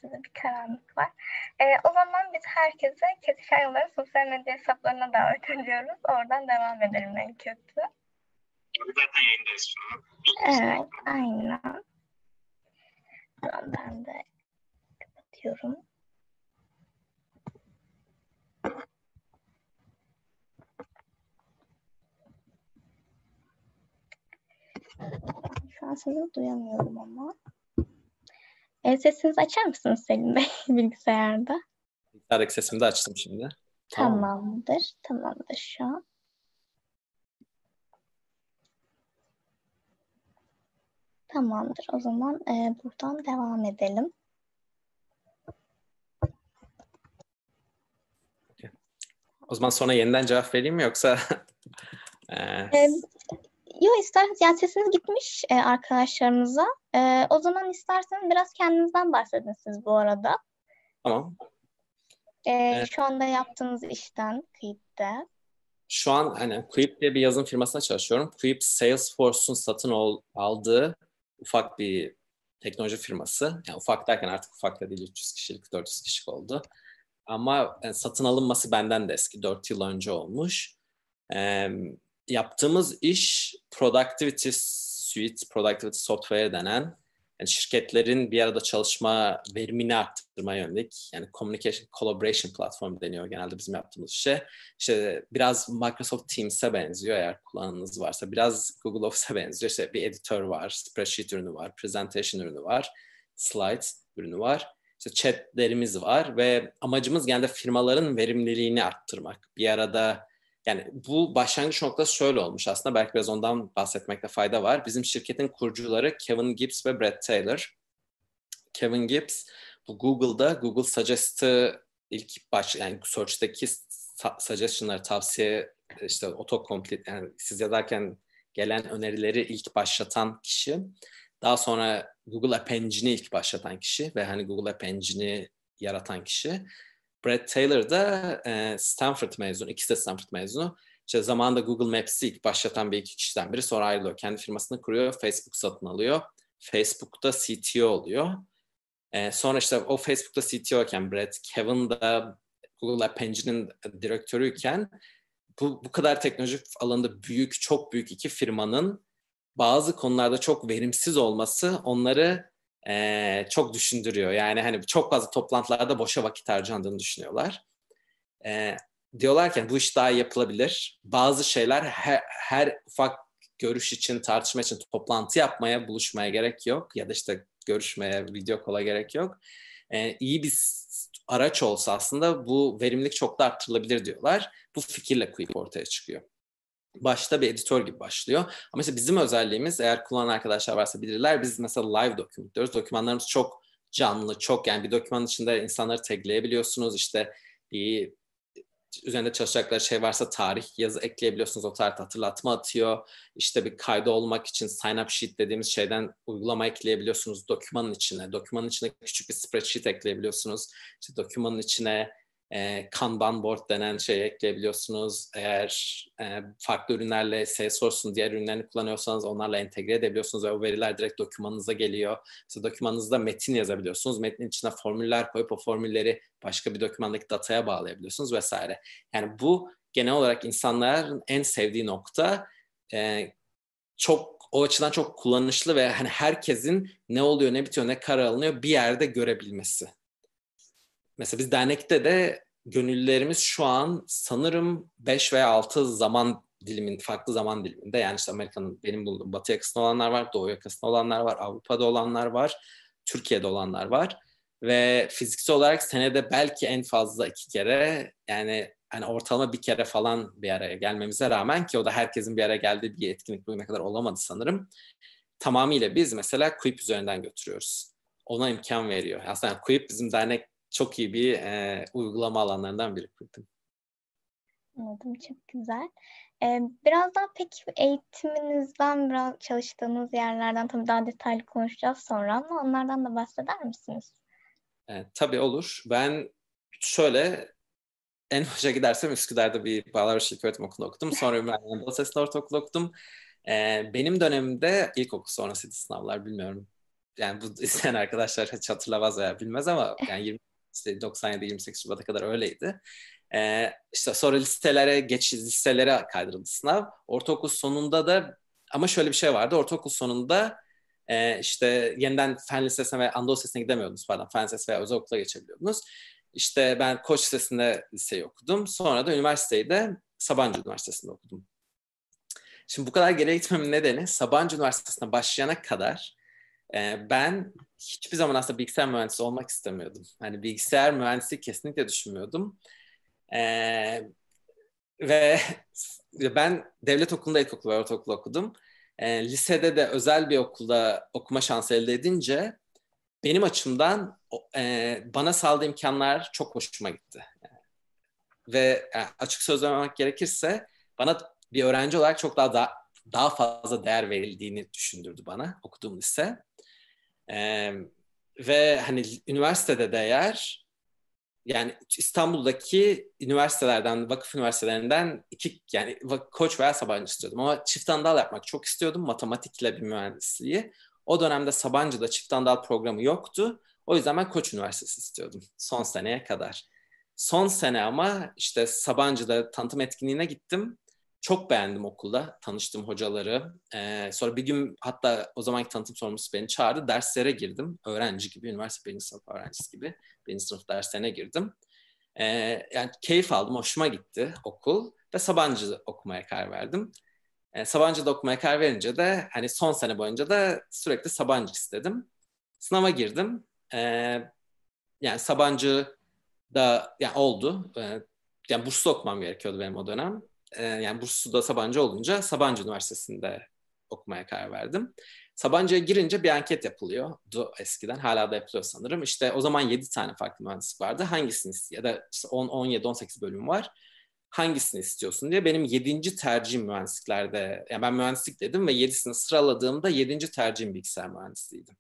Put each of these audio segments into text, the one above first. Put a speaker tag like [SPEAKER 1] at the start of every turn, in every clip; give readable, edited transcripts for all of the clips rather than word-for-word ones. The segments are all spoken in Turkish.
[SPEAKER 1] içinde bir karanlık var. O zaman biz herkese Kesişen Yolların sosyal medya hesaplarına davet ediyoruz. Oradan devam edelim en kötü.
[SPEAKER 2] Zaten yayındayız şu an.
[SPEAKER 1] Evet, aynen. Tamam, ben de kapatıyorum. Şu an sizi duyamıyorum ama. Sesinizi açar mısınız Selim Bey bilgisayarda?
[SPEAKER 2] Bilgisayardaki sesimi de açtım şimdi.
[SPEAKER 1] Tamamdır. Tamamdır şu an. Tamamdır. O zaman buradan devam edelim.
[SPEAKER 2] O zaman sonra yeniden cevap vereyim mi yoksa?
[SPEAKER 1] Yok, isterseniz, yani sesiniz gitmiş arkadaşlarımıza. O zaman isterseniz biraz kendinizden bahsedin siz bu arada.
[SPEAKER 2] Tamam.
[SPEAKER 1] Şu anda yaptığınız işten, Quip'te.
[SPEAKER 2] Şu an hani Quip diye bir yazılım firmasına çalışıyorum. Quip, Salesforce'un satın aldığı ufak bir teknoloji firması. Yani ufak derken artık ufak da değil, 300 kişilik, 400 kişilik oldu. Ama satın alınması benden de eski, 4 yıl önce olmuş. Yaptığımız iş Productivity Suite, Productivity Software denen, yani şirketlerin bir arada çalışma verimini arttırmaya yönelik, yani Communication Collaboration Platform deniyor genelde bizim yaptığımız işe. İşte biraz Microsoft Teams'e benziyor eğer kullananınız varsa, biraz Google Office'e benziyor. İşte bir editör var, spreadsheet ürünü var, presentation ürünü var, slides ürünü var. İşte chatlerimiz var ve amacımız genelde firmaların verimliliğini arttırmak. Bir arada, yani bu başlangıç noktası şöyle olmuş aslında, belki biraz ondan bahsetmekte fayda var. Bizim şirketin kurucuları Kevin Gibbs ve Brett Taylor. Kevin Gibbs bu Google'da Google Suggest'ı yani search'teki suggestion'ları, tavsiye, işte autocomplete, yani siz yazarken gelen önerileri ilk başlatan kişi. Daha sonra Google App Engine'i ilk başlatan kişi ve hani Google App Engine'i yaratan kişi. Brett Taylor da Stanford mezunu, ikisi de Stanford mezunu. İşte zamanında Google Maps'i ilk başlatan bir iki kişiden biri, sonra ayrılıyor. Kendi firmasını kuruyor, Facebook satın alıyor. Facebook'ta CTO oluyor. Sonra işte o Facebook'ta CTO iken Brett, Kevin da Google App Engine'in direktörüyken bu kadar teknoloji alanında çok büyük iki firmanın bazı konularda çok verimsiz olması onları çok düşündürüyor. Yani hani çok fazla toplantılarda boşa vakit harcandığını düşünüyorlar. Diyorlar ki bu iş daha iyi yapılabilir. Bazı şeyler her ufak görüş için, tartışma için toplantı yapmaya, buluşmaya gerek yok. Ya da işte görüşmeye, video call'a gerek yok. İyi bir araç olsa aslında bu verimlilik çok da arttırılabilir diyorlar. Bu fikirle Quick ortaya çıkıyor. Başta bir editör gibi başlıyor. Ama işte bizim özelliğimiz, eğer kullanan arkadaşlar varsa bilirler, biz mesela live document diyoruz. Dokümanlarımız çok canlı, çok, yani bir dokümanın içinde insanları tagleyebiliyorsunuz. İşte bir üzerinde çalışacakları şey varsa tarih yazı ekleyebiliyorsunuz. O tarihte hatırlatma atıyor. İşte bir kayda olmak için sign up sheet dediğimiz şeyden uygulama ekleyebiliyorsunuz dokümanın içine. Dokümanın içine küçük bir spreadsheet ekleyebiliyorsunuz. İşte dokümanın içine Kanban board denen şeyi ekleyebiliyorsunuz. Eğer farklı ürünlerle Salesforce'un diğer ürünlerini kullanıyorsanız onlarla entegre edebiliyorsunuz ve o veriler direkt dokümanınıza geliyor. İşte dokümanınızda metin yazabiliyorsunuz. Metnin içine formüller koyup o formülleri başka bir dokümandaki dataya bağlayabiliyorsunuz vesaire. Yani bu genel olarak insanların en sevdiği nokta. Çok o açıdan çok kullanışlı ve hani herkesin ne oluyor, ne bitiyor, ne karar alınıyor bir yerde görebilmesi. Mesela biz dernekte de gönüllülerimiz şu an sanırım 5 veya 6 farklı zaman diliminde. Yani işte Amerika'nın, benim bulunduğum batı yakasında olanlar var, doğu yakasında olanlar var, Avrupa'da olanlar var, Türkiye'de olanlar var. Ve fiziksel olarak senede belki en fazla 2 kere, yani hani ortalama 1 kere falan bir araya gelmemize rağmen, ki o da herkesin bir araya geldiği bir etkinlik bugüne kadar olamadı sanırım. Tamamıyla biz mesela Quip üzerinden götürüyoruz. Ona imkan veriyor. Aslında Quip bizim dernek çok iyi bir uygulama alanlarından biri.
[SPEAKER 1] Anladım, çok güzel. Birazdan peki eğitiminizden, biraz çalıştığınız yerlerden tabii daha detaylı konuşacağız sonra, ama onlardan da bahseder misiniz?
[SPEAKER 2] Tabii olur. Ben şöyle, en başa gidersem Üsküdar'da bir Bağlar İlköğretim Okulu okudum. Sonra Ümraniye Anadolu Sesi Ortaokulu okudum. Benim dönemimde ilkokul sonrasıydı sınavlar, bilmiyorum. yani bu izleyen arkadaşlar hiç hatırlamaz veya bilmez ama yani işte 97-28 Şubat'a kadar öyleydi. İşte sonra liselere kaydırıldı sınav. Ortaokul sonunda da ama şöyle bir şey vardı. Ortaokul sonunda işte yeniden fen lisesine ve Anadolu Lisesi'ne gidemiyordunuz. Pardon, fen lisesi veya özel okula geçebiliyordunuz. İşte ben Koç Lisesi'nde liseyi okudum. Sonra da üniversiteyi de Sabancı Üniversitesi'nde okudum. Şimdi bu kadar geriye gitmemin nedeni Sabancı Üniversitesi'ne başlayana kadar ben hiçbir zaman aslında bilgisayar mühendisi olmak istemiyordum. Hani bilgisayar mühendisi kesinlikle düşünmüyordum. Ve ben devlet okulunda ilkokul ve ortaokul okudum. Lisede de özel bir okulda okuma şansı elde edince benim açımdan bana sağladığı imkanlar çok hoşuma gitti. Ve açık söz vermek gerekirse bana bir öğrenci olarak çok daha fazla değer verildiğini düşündürdü bana okuduğum lise. Ve hani üniversitede de eğer yani İstanbul'daki üniversitelerden, vakıf üniversitelerinden yani Koç veya Sabancı istiyordum. Ama çift anadal yapmak çok istiyordum. Matematikle bir mühendisliği. O dönemde Sabancı'da çift anadal programı yoktu. O yüzden ben Koç Üniversitesi istiyordum son seneye kadar. Son sene ama işte Sabancı'da tanıtım etkinliğine gittim. Çok beğendim okulda tanıştığım hocaları. Sonra bir gün hatta o zamanki tanıtım sorumlusu beni çağırdı. Derslere girdim. Öğrenci gibi, üniversite birinci sınıf öğrencisi gibi. Birinci sınıf derslerine girdim. Yani keyif aldım, hoşuma gitti okul. Ve Sabancı'da okumaya karar verdim. Sabancı'da okumaya karar verince de hani son sene boyunca da sürekli Sabancı istedim. Sınava girdim. Yani Sabancı'da yani oldu. Yani burslu okumam gerekiyordu benim o dönem. Yani burslu da Sabancı olunca Sabancı Üniversitesi'nde okumaya karar verdim. Sabancı'ya girince bir anket yapılıyordu eskiden. Hala da yapılıyor sanırım. İşte o zaman 7 tane farklı mühendislik vardı. Hangisini ya da işte 10, 17, 18 bölüm var. Hangisini istiyorsun diye benim 7. tercihim mühendisliklerde. Yani ben mühendislik dedim ve 7'sini sıraladığımda 7. tercihim bilgisayar mühendisliğiydi.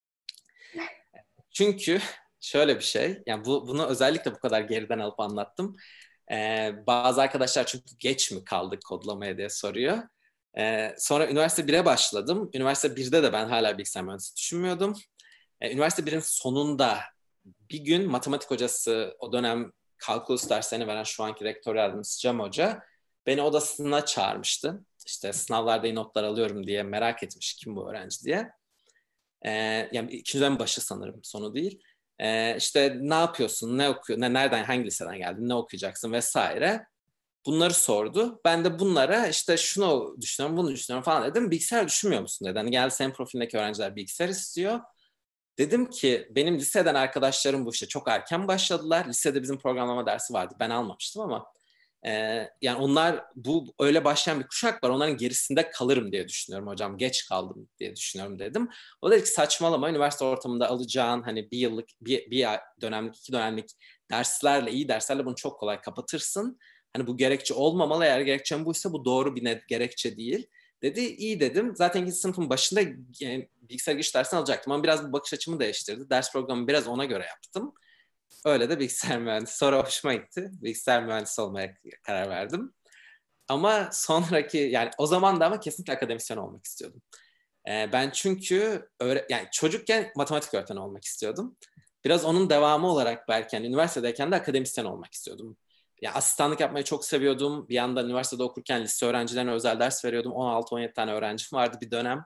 [SPEAKER 2] Çünkü şöyle bir şey, yani bunu özellikle bu kadar geriden alıp anlattım. Bazı arkadaşlar çünkü geç mi kaldık kodlamaya diye soruyor. Sonra üniversite 1'e başladım. Üniversite 1'de de ben hala bilgisayar mühendisliği düşünmüyordum. Üniversite 1'in sonunda bir gün matematik hocası, o dönem kalkulus derslerini veren şu anki rektör yardımcısı Cem Hoca beni odasına çağırmıştı. İşte sınavlarda iyi notlar alıyorum diye merak etmiş kim bu öğrenci diye. Yani ikinci dönem başı sanırım, sonu değil. İşte ne yapıyorsun, ne okuyorsun, nereden, hangi liseden geldin, ne okuyacaksın vesaire. Bunları sordu. Ben de bunlara işte şunu düşünüyorum, bunu düşünüyorum falan dedim. Bilgisayar düşünmüyor musun dedi. Hani geldi senin profilindeki öğrenciler bilgisayar istiyor. Dedim ki benim liseden arkadaşlarım bu işe çok erken başladılar. Lisede bizim programlama dersi vardı. Ben almamıştım ama yani onlar bu öyle başlayan bir kuşak var. Onların gerisinde kalırım diye düşünüyorum hocam. Geç kaldım diye düşünüyorum dedim. O dedi ki saçmalama, üniversite ortamında alacağın hani bir yıllık, bir dönemlik, 2 dönemlik derslerle, iyi derslerle bunu çok kolay kapatırsın. Hani bu gerekçe olmamalı. Eğer gerekçen buysa bu doğru bir gerekçe değil. Dedi iyi dedim. Zaten ikinci sınıfın başında bilgisayar giriş dersini alacaktım ama biraz bu bakış açımı değiştirdi. Ders programı biraz ona göre yaptım. Öyle de bilgisayar mühendisi. Sonra hoşuma gitti. Bilgisayar mühendisi olmaya karar verdim. Ama sonraki yani o zaman da ama kesinlikle akademisyen olmak istiyordum. Ben çünkü yani çocukken matematik öğretmeni olmak istiyordum. Biraz onun devamı olarak belki yani üniversitedeyken de akademisyen olmak istiyordum. Ya asistanlık yapmayı çok seviyordum. Bir yandan üniversitede okurken lise öğrencilerine özel ders veriyordum. 16-17 tane öğrencim vardı bir dönem.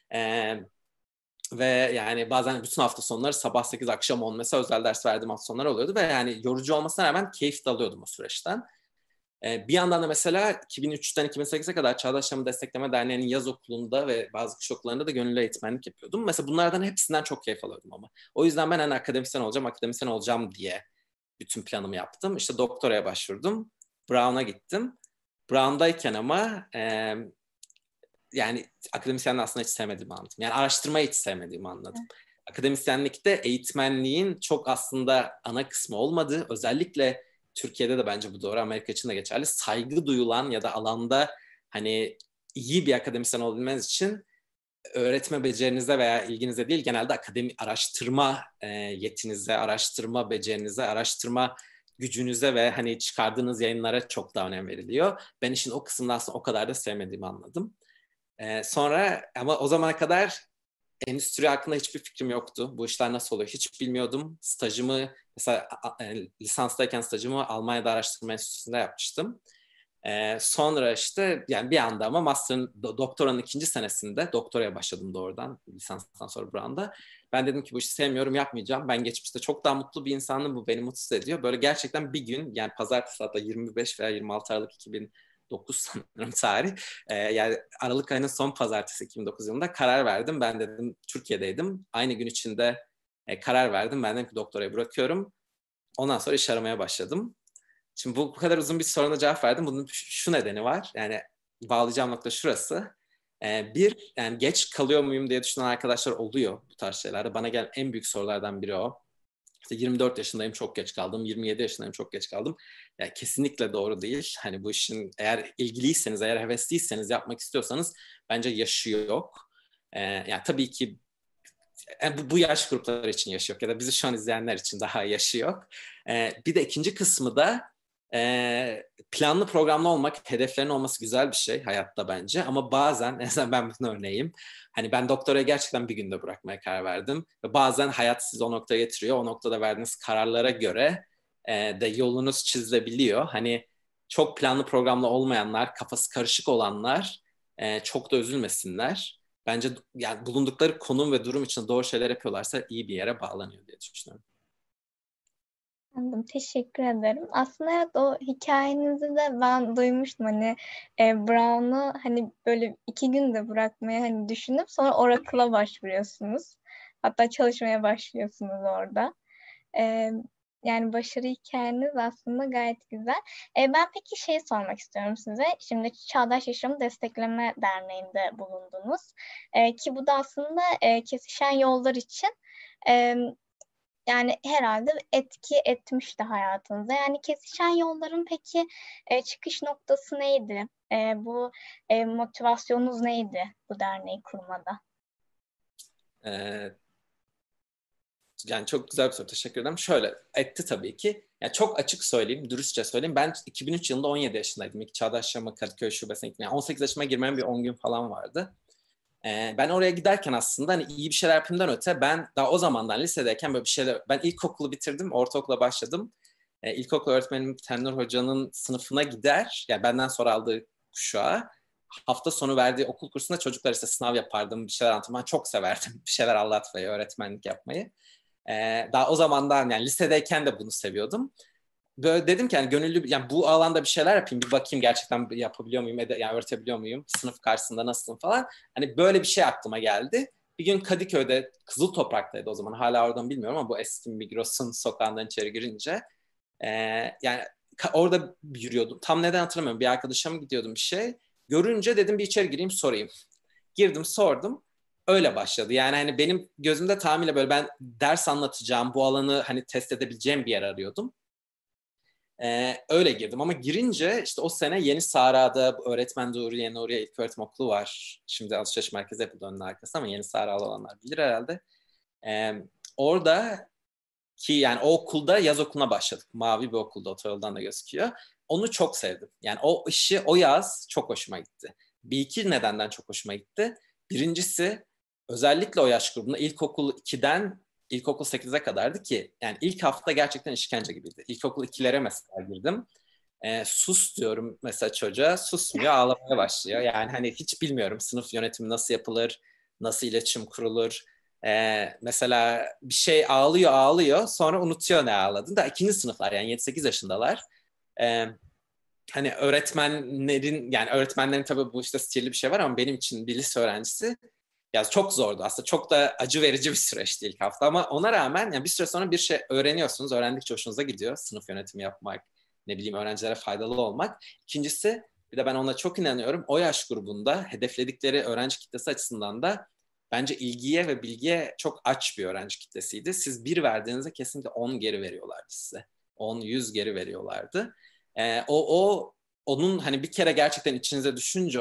[SPEAKER 2] Ve yani bazen bütün hafta sonları sabah 8 akşam 10 mesela özel ders verdiğim hafta sonları oluyordu. Ve yani yorucu olmasına rağmen keyif de alıyordum o süreçten. Bir yandan da mesela 2003'ten 2008'e kadar Çağdaş Yaşamı Destekleme Derneği'nin yaz okulunda ve bazı kış okullarında da gönüllü eğitmenlik yapıyordum. Mesela bunlardan hepsinden çok keyif alıyordum ama. O yüzden ben hani akademisyen olacağım diye bütün planımı yaptım. İşte doktoraya başvurdum. Brown'a gittim. Brown'dayken ama yani akademisyenliği aslında hiç sevmediğimi anladım. Yani araştırmayı hiç sevmediğimi anladım. Akademisyenlikte eğitmenliğin çok aslında ana kısmı olmadığı, özellikle Türkiye'de de bence bu doğru, Amerika için de geçerli. Saygı duyulan ya da alanda hani iyi bir akademisyen olabilmeniz için öğretme becerinize veya ilginize değil, genelde araştırma yetinize, araştırma becerinize, araştırma gücünüze ve hani çıkardığınız yayınlara çok daha önem veriliyor. Ben işin o kısmını aslında o kadar da sevmediğimi anladım. Sonra ama o zamana kadar endüstri hakkında hiçbir fikrim yoktu. Bu işler nasıl oluyor hiç bilmiyordum. Stajımı mesela lisanstayken stajımı Almanya'da araştırma enstitüsünde yapmıştım. Sonra işte yani bir anda ama master'ın doktoranın 2. senesinde doktoraya başladım doğrudan lisanstan sonra Brown'da. Ben dedim ki bu işi sevmiyorum yapmayacağım. Ben geçmişte çok daha mutlu bir insanım bu beni mutsuz ediyor. Böyle gerçekten bir gün yani pazartesi hatta 25 veya 26 Aralık 2009 sanırım tarih. Yani Aralık ayının son pazartesi 2009 yılında karar verdim. Ben dedim Türkiye'deydim. Aynı gün içinde karar verdim. Ben dedim ki doktorayı bırakıyorum. Ondan sonra iş aramaya başladım. Şimdi bu kadar uzun bir soruna cevap verdim. Bunun şu nedeni var. Yani bağlayacağım nokta şurası. Bir, yani geç kalıyor muyum diye düşünen arkadaşlar oluyor bu tarz şeylerde. Bana gelen en büyük sorulardan biri o. İşte 24 yaşındayım çok geç kaldım, 27 yaşındayım çok geç kaldım. Yani kesinlikle doğru değil. Hani bu işin eğer ilgiliyseniz, eğer hevesliyseniz, yapmak istiyorsanız bence yaşı yok. Yani tabii ki bu yaş grupları için yaşı yok ya da bizi şu an izleyenler için daha yaşı yok. Bir de ikinci kısmı da planlı programlı olmak, hedeflerin olması güzel bir şey hayatta bence. Ama bazen, mesela ben bunun örneğim. Hani ben doktorayı gerçekten bir günde bırakmaya karar verdim. Ve bazen hayat sizi o noktaya getiriyor. O noktada verdiğiniz kararlara göre de yolunuz çizilebiliyor. Hani çok planlı programlı olmayanlar, kafası karışık olanlar çok da üzülmesinler. Bence yani bulundukları konum ve durum için doğru şeyler yapıyorlarsa iyi bir yere bağlanıyor diye düşünüyorum.
[SPEAKER 1] Anladım, teşekkür ederim. Aslında evet, o hikayenizi de ben duymuştum. Hani Brown'u hani böyle 2 günde bırakmaya hani düşünüp sonra Oracle'a başvuruyorsunuz. Hatta çalışmaya başlıyorsunuz orada. E, Yani başarı hikayeniz aslında gayet güzel. Ben peki şey sormak istiyorum size. Şimdi Çağdaş Yaşamı Destekleme Derneği'nde bulundunuz. Ki bu da aslında kesişen yollar için e, yani herhalde etki etmişti hayatınıza. Yani kesişen yolların peki çıkış noktası neydi? Bu motivasyonunuz neydi bu derneği kurmada?
[SPEAKER 2] Ee, Yani çok güzel bir soru. Teşekkür ederim. Şöyle etti tabii ki. Yani çok açık söyleyeyim, dürüstçe söyleyeyim. Ben 2003 yılında 17 yaşındaydım. İlk Çağdaş Yaşamı Kadıköy Şubesi'ne gittim. Yani 18 yaşıma girmemin bir 10 gün falan vardı. Ben oraya giderken aslında hani iyi bir şeyler yapayımdan öte ben daha o zamandan lisedeyken böyle bir şeyler... Ben ilkokulu bitirdim, ortaokula başladım. İlkokul öğretmenim Tenur Hoca'nın sınıfına gider. Yani benden sonra aldığı kuşağa. Hafta sonu verdiği okul kursunda çocuklar işte sınav yapardım, bir şeyler anlatmayı çok severdim. Bir şeyler anlatmayı, öğretmenlik yapmayı. Daha o zamandan yani lisedeyken de bunu seviyordum. Böyle dedim ki yani gönüllü yani bu alanda bir şeyler yapayım bir bakayım gerçekten yapabiliyor muyum yani öğretebiliyor muyum sınıf karşısında nasılım falan. Hani böyle bir şey aklıma geldi. Bir gün Kadıköy'de Kızıl Toprak'taydı o zaman hala oradan bilmiyorum ama bu eski Migros'un sokağından içeri girince yani orada yürüyordum. Tam neden hatırlamıyorum. Bir arkadaşa mı gidiyordum bir şey. Görünce dedim bir içeri gireyim sorayım. Girdim sordum. Öyle başladı. Yani hani benim gözümde tamamıyla böyle ben ders anlatacağım, bu alanı hani test edebileceğim bir yer arıyordum. Öyle girdim ama girince işte o sene Yeni Sara'da öğretmen Doğru Yeni Oraya İlköğretim Okulu var. Şimdi alışveriş merkezi yapıldı onun arkası ama Yeni Sara'lı olanlar bilir herhalde. Ee, Orada ki yani o okulda yaz okuluna başladık. Mavi bir okulda otoyoldan da gözüküyor. Onu çok sevdim. Yani o işi o yaz çok hoşuma gitti. Bir iki nedenden çok hoşuma gitti. Birincisi özellikle o yaş grubunda ilkokul 2'den ilkokul 8'e kadardı ki yani ilk hafta gerçekten işkence gibiydi. İlkokul 2'lere mesela girdim. Sus diyorum mesela çocuğa susmuyor ağlamaya başlıyor. Yani hani hiç bilmiyorum sınıf yönetimi nasıl yapılır, nasıl iletişim kurulur. Mesela bir şey ağlıyor ağlıyor sonra unutuyor ne ağladın da ikinci sınıflar yani 7-8 yaşındalar. Ee, Hani öğretmenlerin yani öğretmenlerin tabii bu işte sihirli bir şey var ama benim için bir lise öğrencisi ya çok zordu aslında. Çok da acı verici bir süreçti ilk hafta ama ona rağmen yani bir süre sonra bir şey öğreniyorsunuz. Öğrendikçe hoşunuza gidiyor. Sınıf yönetimi yapmak, ne bileyim öğrencilere faydalı olmak. İkincisi bir de ben ona çok inanıyorum. O yaş grubunda hedefledikleri öğrenci kitlesi açısından da bence ilgiye ve bilgiye çok aç bir öğrenci kitlesiydi. Siz bir verdiğinizde kesinlikle 10 geri veriyorlardı size. 10, 100 geri veriyorlardı. Onun hani bir kere gerçekten içinize düşünce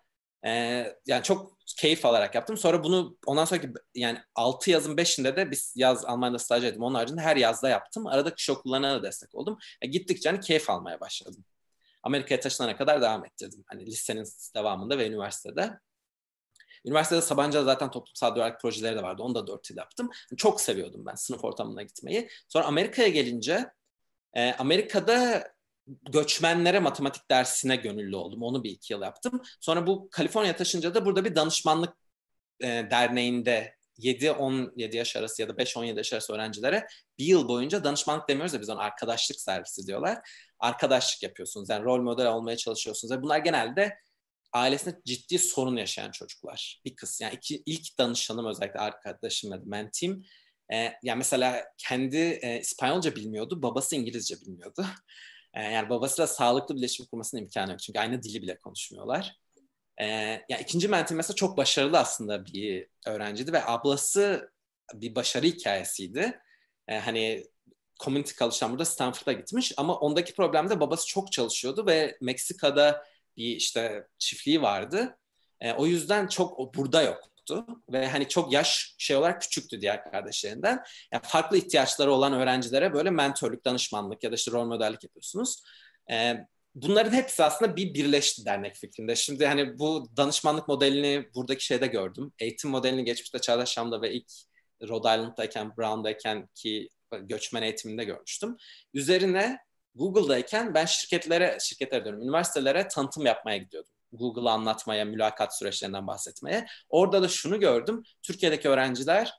[SPEAKER 2] yani çok keyif alarak yaptım. Sonra bunu ondan sonraki yani 6 yazın 5'inde de biz yaz Almanya'da staj ettim. Onun haricinde her yazda yaptım. Arada kış okullarına da destek oldum. Gittikçe hani keyif almaya başladım. Amerika'ya taşınana kadar devam ettirdim. Hani lisenin devamında ve üniversitede. Üniversitede Sabancı'da zaten toplumsal duyarlılık projeleri de vardı. Onu da 4 yıl yaptım. Çok seviyordum ben sınıf ortamına gitmeyi. Sonra Amerika'ya gelince Amerika'da göçmenlere matematik dersine gönüllü oldum. Onu bir 2 yıl yaptım. Sonra bu Kaliforniya taşınca da burada bir danışmanlık derneğinde 7-17 yaş arası ya da 5-17 yaş arası öğrencilere bir yıl boyunca danışmanlık demiyoruz da biz ona arkadaşlık servisi diyorlar. Arkadaşlık yapıyorsunuz. Yani rol model olmaya çalışıyorsunuz. Ve bunlar genelde ailesinde ciddi sorun yaşayan çocuklar. Bir kısım. Yani ilk danışanım özellikle arkadaşım ve mentim. Yani mesela kendi İspanyolca bilmiyordu. Babası İngilizce bilmiyordu. Yani babasıyla sağlıklı bir iletişim kurmasının imkanı yok. Çünkü aynı dili bile konuşmuyorlar. Yani ikinci mentim mesela çok başarılı aslında bir öğrenciydi ve ablası bir başarı hikayesiydi. Hani community college'dan burada Stanford'a gitmiş ama ondaki problem de babası çok çalışıyordu ve Meksika'da bir işte çiftliği vardı. O yüzden çok burada yoktu ve hani çok yaş şey olarak küçüktü diğer kardeşlerinden. Yani farklı ihtiyaçları olan öğrencilere böyle mentorluk, danışmanlık ya da işte rol modellik yapıyorsunuz. Bunların hepsi aslında bir birleşti dernek fikrinde. Şimdi hani bu danışmanlık modelini buradaki şeyde gördüm. Eğitim modelini geçmişte Çağdaş Şam'da ve ilk Rhode Island'dayken, Brown'dayken ki göçmen eğitiminde görmüştüm. Üzerine Google'dayken ben şirketlere diyorum, üniversitelere tanıtım yapmaya gidiyordum. Google'ı anlatmaya, mülakat süreçlerinden bahsetmeye. Orada da şunu gördüm. Türkiye'deki öğrenciler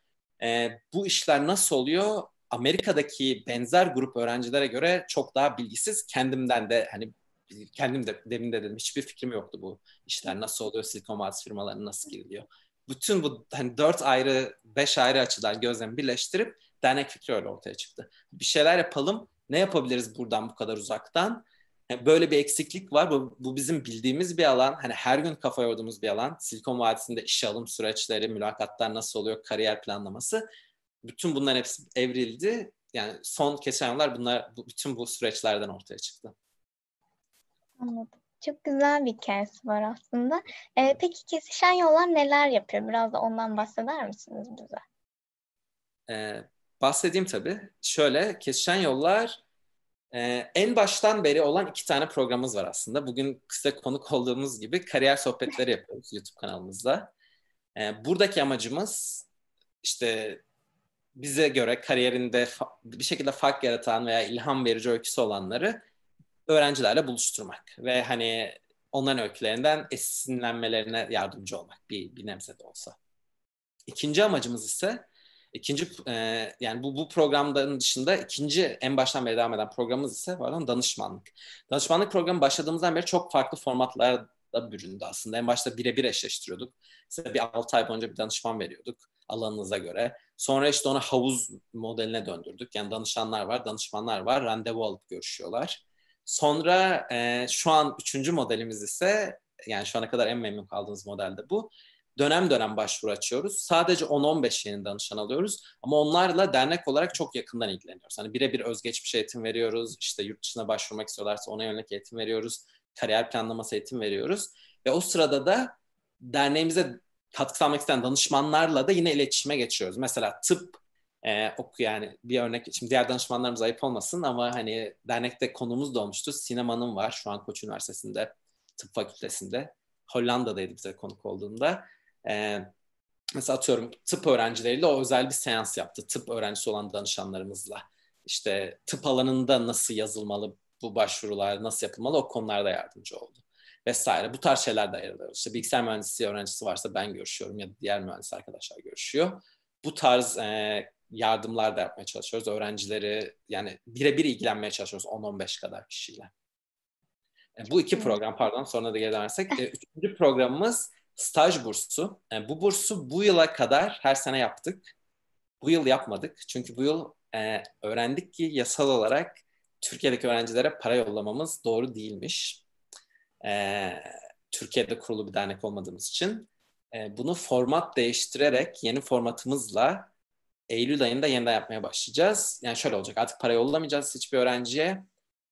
[SPEAKER 2] bu işler nasıl oluyor? Amerika'daki benzer grup öğrencilere göre çok daha bilgisiz. Kendimden de hani kendim de demin de dedim hiçbir fikrim yoktu bu işler nasıl oluyor, Silikon Vadisi firmalarına nasıl giriliyor. Bütün bu hani 4 ayrı 5 ayrı açıdan gözlemi birleştirip dernek fikri öyle ortaya çıktı. Bir şeyler yapalım. Ne yapabiliriz buradan bu kadar uzaktan? Yani böyle bir eksiklik var. Bu bizim bildiğimiz bir alan. Hani her gün kafa yorduğumuz bir alan. Silikon Vadisi'nde işe alım süreçleri, mülakatlar nasıl oluyor, kariyer planlaması. Bütün bunların hepsi evrildi. Yani son geçen yıllar bütün bu süreçlerden ortaya çıktı.
[SPEAKER 1] Anladım. Çok güzel bir hikayesi var aslında. Peki kesişen yollar neler yapıyor? Biraz da ondan bahseder misiniz bize?
[SPEAKER 2] Bahsedeyim tabii. Şöyle, Kesişen Yollar en baştan beri olan 2 tane programımız var aslında. Bugün kısa konuk olduğumuz gibi kariyer sohbetleri yapıyoruz YouTube kanalımızda. Buradaki amacımız işte bize göre kariyerinde bir şekilde fark yaratan veya ilham verici öyküsü olanları öğrencilerle buluşturmak. Ve hani onların öykülerinden esinlenmelerine yardımcı olmak bir nebze de olsa. İkinci amacımız ise yani bu programların dışında ikinci en baştan beri devam eden programımız ise pardon danışmanlık. Danışmanlık programı başladığımızdan beri çok farklı formatlarda büründü aslında. En başta birebir eşleştiriyorduk. Size bir 6 ay boyunca bir danışman veriyorduk alanınıza göre. Sonra işte onu havuz modeline döndürdük. Yani danışanlar var, danışmanlar var, randevu alıp görüşüyorlar. Sonra şu an 3. modelimiz ise yani şu ana kadar en memnun kaldığımız model de bu. Dönem dönem başvuru açıyoruz. Sadece 10-15 yeni danışan alıyoruz. Ama onlarla dernek olarak çok yakından ilgileniyoruz. Hani birebir özgeçmiş eğitim veriyoruz. İşte yurt dışına başvurmak istiyorlarsa ona yönelik eğitim veriyoruz. Kariyer planlaması eğitim veriyoruz. Ve o sırada da derneğimize katkı sağlamak isteyen danışmanlarla da yine iletişime geçiyoruz. Mesela tıp yani bir örnek, şimdi diğer danışmanlarımız ayıp olmasın ama hani dernekte konumuz da olmuştu. Sinem Hanım var şu an Koç Üniversitesi'nde tıp fakültesinde. Hollanda'daydı bize konuk olduğunda. Mesela atıyorum tıp öğrencileriyle o özel bir seans yaptı. Tıp öğrencisi olan danışanlarımızla. İşte tıp alanında nasıl yazılmalı, bu başvurular nasıl yapılmalı o konularda yardımcı oldu. Vesaire. Bu tarz şeyler de ayırılıyor. İşte bilgisayar mühendisliği öğrencisi varsa ben görüşüyorum ya da diğer mühendis arkadaşlar görüşüyor. Bu tarz yardımlar da yapmaya çalışıyoruz. Öğrencileri yani birebir ilgilenmeye çalışıyoruz 10-15 kadar kişiyle. Bu 2 program pardon sonra da geri dönersek. 3. programımız staj bursu. Bu bursu bu yıla kadar her sene yaptık. Bu yıl yapmadık. Çünkü bu yıl öğrendik ki yasal olarak Türkiye'deki öğrencilere para yollamamız doğru değilmiş. Türkiye'de kurulu bir dernek olmadığımız için. Bunu format değiştirerek yeni formatımızla Eylül ayında yeniden yapmaya başlayacağız. Yani şöyle olacak, artık para yollamayacağız hiçbir öğrenciye.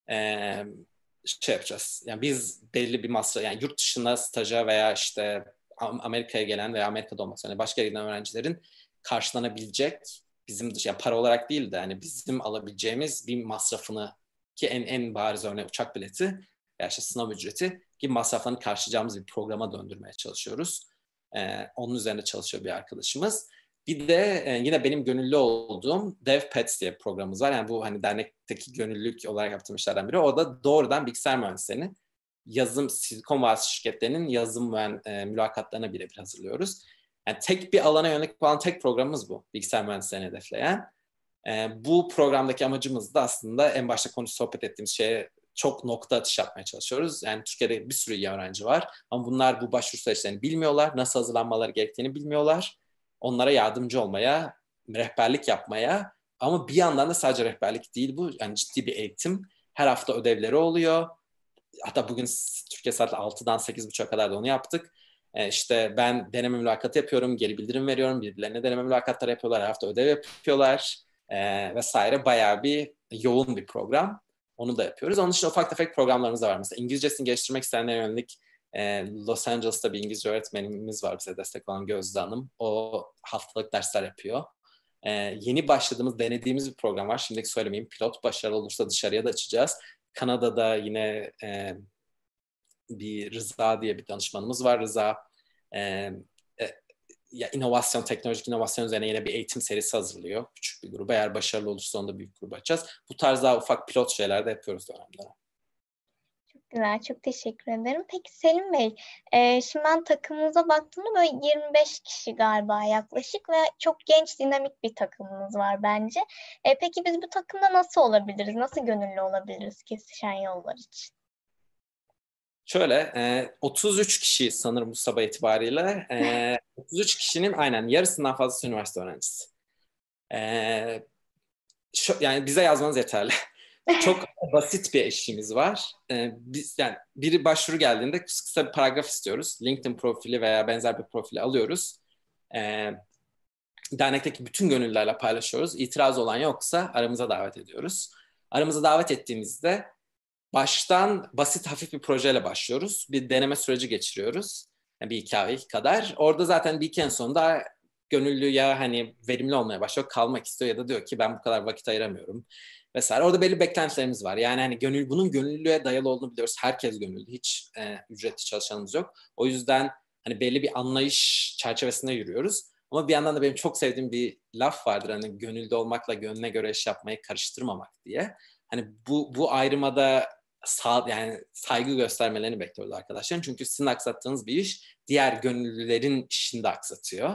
[SPEAKER 2] Şey yapacağız. Yani biz belli bir masraf, yani yurt dışında staja veya işte Amerika'ya gelen veya Amerika'da olması yani başka yere giden öğrencilerin karşılanabilecek bizim yani para olarak değil de hani bizim alabileceğimiz bir masrafını ki en bariz örneği uçak bileti veya işte sınav ücreti gibi masraflarını karşılayacağımız bir programa döndürmeye çalışıyoruz. Onun üzerine çalışıyor bir arkadaşımız. Bir de yine benim gönüllü olduğum DevPets diye bir programımız var. Yani bu hani dernekteki gönüllülük olarak yaptığım işlerden biri. O da doğrudan bilgisayar mühendislerini yazım, Silikon Vadisi şirketlerinin yazım ve mülakatlarına birebir hazırlıyoruz. Yani tek bir alana yönelik olan tek programımız bu. Bilgisayar mühendislerini hedefleyen. Bu programdaki amacımız da aslında en başta sohbet ettiğimiz şeye çok nokta atış yapmaya çalışıyoruz. Yani Türkiye'de bir sürü iyi öğrenci var ama bunlar bu başvuru süreçlerini bilmiyorlar. Nasıl hazırlanmaları gerektiğini bilmiyorlar. Onlara yardımcı olmaya, rehberlik yapmaya ama bir yandan da sadece rehberlik değil bu. Yani ciddi bir eğitim. Her hafta ödevleri oluyor. Hatta bugün Türkiye saat 6'dan 8.30'a kadar da onu yaptık. İşte ben deneme mülakatı yapıyorum, geri bildirim veriyorum. Birbirlerine deneme mülakatları yapıyorlar, her hafta ödev yapıyorlar vesaire. Bayağı bir yoğun bir program. Onu da yapıyoruz. Onun dışında ufak tefek programlarımız da var. Mesela İngilizcesini geliştirmek isteyenlere yönelik Los Angeles'ta bir İngilizce öğretmenimiz var bize destek olan Gözde Hanım. O haftalık dersler yapıyor. Yeni başladığımız, denediğimiz bir program var. Şimdilik söylemeyeyim. Pilot başarılı olursa dışarıya da açacağız. Kanada'da yine bir Rıza diye bir danışmanımız var. Rıza ya teknolojik inovasyon üzerine yine bir eğitim serisi hazırlıyor. Küçük bir gruba. Eğer başarılı olursa onu da büyük gruba açacağız. Bu tarz daha ufak pilot şeyler de yapıyoruz dönemde.
[SPEAKER 1] Çok güzel, çok teşekkür ederim. Peki Selim Bey, şimdi ben takımımıza baktığımda böyle 25 kişi galiba yaklaşık ve çok genç, dinamik bir takımımız var bence. Peki biz bu takımda nasıl olabiliriz? Nasıl gönüllü olabiliriz Kesişen Yollar için?
[SPEAKER 2] Şöyle, 33 kişi sanırım bu sabah itibariyle. 33 kişinin aynen yarısından fazlası üniversite öğrencisi. Yani bize yazmanız yeterli. Çok basit bir eşliğimiz var. Biz yani biri başvuru geldiğinde kısa bir paragraf istiyoruz. LinkedIn profili veya benzer bir profili alıyoruz. Dernekteki bütün gönüllülerle paylaşıyoruz. İtiraz olan yoksa aramıza davet ediyoruz. Aramıza davet ettiğimizde baştan basit hafif bir projeyle başlıyoruz. Bir deneme süreci geçiriyoruz. Yani bir iki ay kadar. Orada zaten bir iki en sonunda gönüllü ya hani verimli olmaya başlıyor, kalmak istiyor ya da diyor ki ben bu kadar vakit ayıramıyorum vesaire. Orada belli beklentilerimiz var. Yani hani bunun gönüllülüğe dayalı olduğunu biliyoruz. Herkes gönüllü. Hiç ücretli çalışanımız yok. O yüzden hani belli bir anlayış çerçevesinde yürüyoruz. Ama bir yandan da benim çok sevdiğim bir laf vardır. Hani gönüllü olmakla gönlüne göre iş yapmayı karıştırmamak diye. Hani bu ayrımada yani saygı göstermelerini bekliyoruz arkadaşlar. Çünkü sizin aksattığınız bir iş diğer gönüllülerin işini de aksatıyor.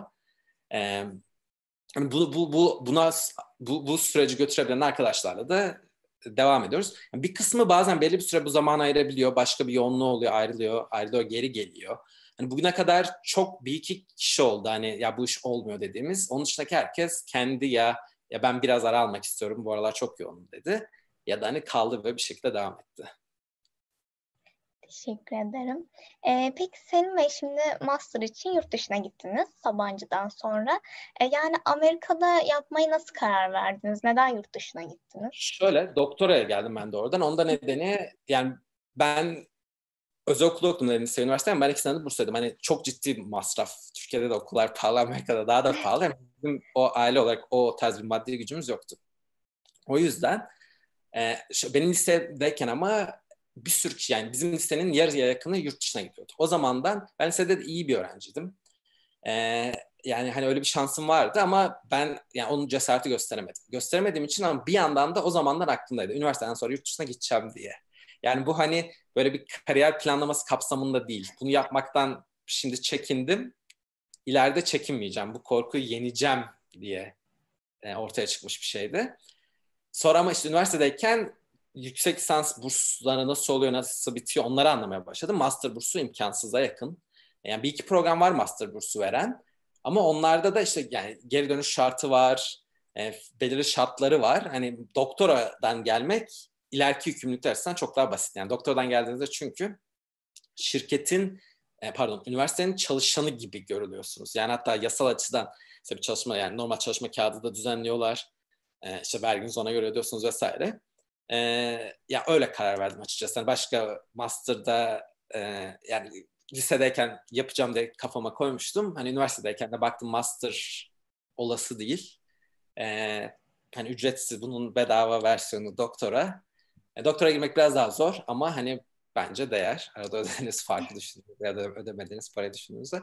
[SPEAKER 2] Yani bu süreci götürebilen arkadaşlarla da devam ediyoruz. Yani bir kısmı bazen belli bir süre bu zaman ayırabiliyor. Başka bir yoğunluğu oluyor, ayrılıyor, geri geliyor. Hani bugüne kadar çok bir iki kişi oldu. Hani ya bu iş olmuyor dediğimiz. Onun dışındaki herkes kendi ya ben biraz ara almak istiyorum. Bu aralar çok yoğunum dedi. Ya da hani kaldı ve bir şekilde devam etti.
[SPEAKER 1] Teşekkür ederim. Peki Selim Bey, şimdi master için yurt dışına gittiniz Sabancı'dan sonra. Yani Amerika'da yapmayı nasıl karar verdiniz? Neden yurt dışına gittiniz?
[SPEAKER 2] Şöyle doktoraya geldim ben de oradan. Onda nedeni yani ben özel okulda okudum dedim lise üniversite ama ben 2 senedir Bursa'daydım. Hani çok ciddi bir masraf. Türkiye'de de okullar pahalı, Amerika'da daha da pahalı. Yani bizim o aile olarak o tarz bir maddi gücümüz yoktu. O yüzden benim lisedeyken ama bir sürü kişi yani bizim lisenin yarıya yakını yurt dışına gidiyordu. O zamandan ben lisede de iyi bir öğrenciydim. E, Yani hani öyle bir şansım vardı ama ben yani onun cesareti gösteremedim. Gösteremediğim için ama bir yandan da o zamanlar aklımdaydı. Üniversiteden sonra yurt dışına gideceğim diye. Yani bu hani böyle bir kariyer planlaması kapsamında değil. Bunu yapmaktan şimdi çekindim. İleride çekinmeyeceğim. Bu korkuyu yeneceğim diye ortaya çıkmış bir şeydi. Sonra ama işte üniversitedeyken yüksek lisans bursları nasıl oluyor, nasıl bitiyor onları anlamaya başladım. Master bursu imkansıza yakın. Yani bir iki program var master bursu veren. Ama onlarda da işte yani geri dönüş şartı var, belirli şartları var. Hani doktoradan gelmek ileriki yükümlülükler açısından çok daha basit. Yani doktoradan geldiğinizde çünkü üniversitenin çalışanı gibi görülüyorsunuz. Yani hatta yasal açıdan işte bir çalışma yani normal çalışma kağıdı da düzenliyorlar. İşte verginizi ona göre ödüyorsunuz vesaire. Ya öyle karar verdim açıkçası. Yani başka master'da yani lisedeyken yapacağım diye kafama koymuştum. Hani üniversitedeyken de baktım master olası değil. Hani ücretsiz bunun bedava versiyonu doktora. Doktora girmek biraz daha zor ama hani bence değer. Arada ödediğiniz farkı düşündüğünüzde ya da ödemediğiniz parayı düşündüğünüzde.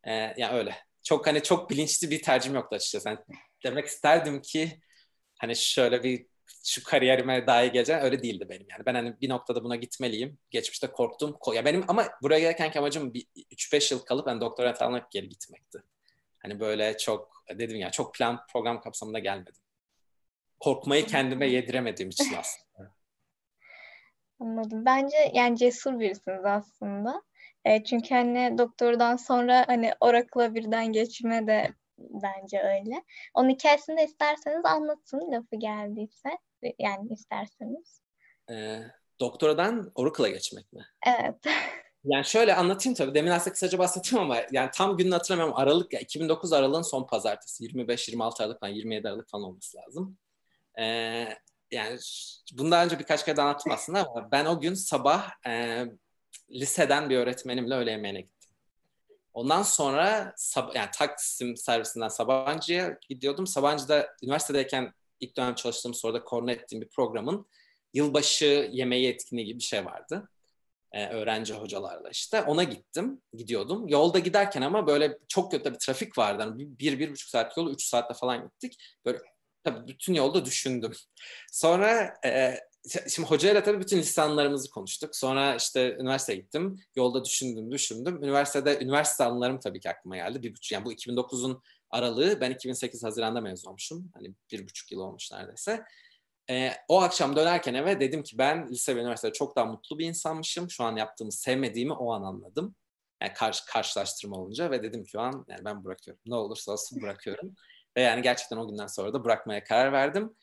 [SPEAKER 2] Yani öyle. Çok bilinçli bir tercihim yoktu açıkçası. Yani demek isterdim ki hani şöyle bir şu kariyerime daha iyi gelecek, öyle değildi benim yani. Ben hani bir noktada buna gitmeliyim. Geçmişte korktum. Ya benim ama buraya gelirkenki amacım bir 3-5 yıl kalıp ben doktora almak geri gitmekti. Hani böyle çok dedim ya, çok plan program kapsamında gelmedim. Korkmayı kendime yediremediğim için aslında.
[SPEAKER 1] Anladım. Bence yani cesur birisiniz aslında. Çünkü hani doktordan sonra hani Oracle'a birden geçme de bence öyle. Onun hikayesini de isterseniz anlatın lafı geldiyse. Yani isterseniz.
[SPEAKER 2] Ee, Doktoradan Oracle'a geçmek mi?
[SPEAKER 1] Evet.
[SPEAKER 2] Yani şöyle anlatayım tabii. Demin aslında kısaca bahsettim ama yani tam gününü hatırlamıyorum. Aralık ya 2009 Aralık'ın son pazartesi. 25-26 Aralık falan, 27 Aralık falan olması lazım. Ee, Yani bundan önce birkaç kere de anlattım aslında ama ben o gün sabah liseden bir öğretmenimle öğle yemeğine gittim. Ondan sonra yani Taksim servisinden Sabancı'ya gidiyordum. Sabancı'da üniversitedeyken ilk dönem çalıştığım, sonra da koordine ettiğim bir programın yılbaşı yemeği etkinliği gibi bir şey vardı. Öğrenci hocalarla işte. Ona gidiyordum. Yolda giderken ama böyle çok kötü bir trafik vardı. Yani 1-1,5 saat yolu 3 saatte falan gittik. Böyle tabii bütün yolda düşündüm. Sonra şimdi hocayla tabii bütün lisanlarımızı konuştuk. Sonra işte üniversiteye gittim. Yolda düşündüm. Üniversite anılarım tabii ki aklıma geldi. Yani bu 2009'un aralığı, ben 2008 Haziran'da mezun olmuşum. Hani 1,5 yıl olmuş neredeyse. O akşam dönerken eve dedim ki ben lise ve üniversitede çok daha mutlu bir insanmışım. Şu an yaptığımı sevmediğimi o an anladım. Yani karşılaştırma olunca ve dedim ki o an yani ben bırakıyorum. Ne olursa olsun bırakıyorum. Ve yani gerçekten o günden sonra da bırakmaya karar verdim.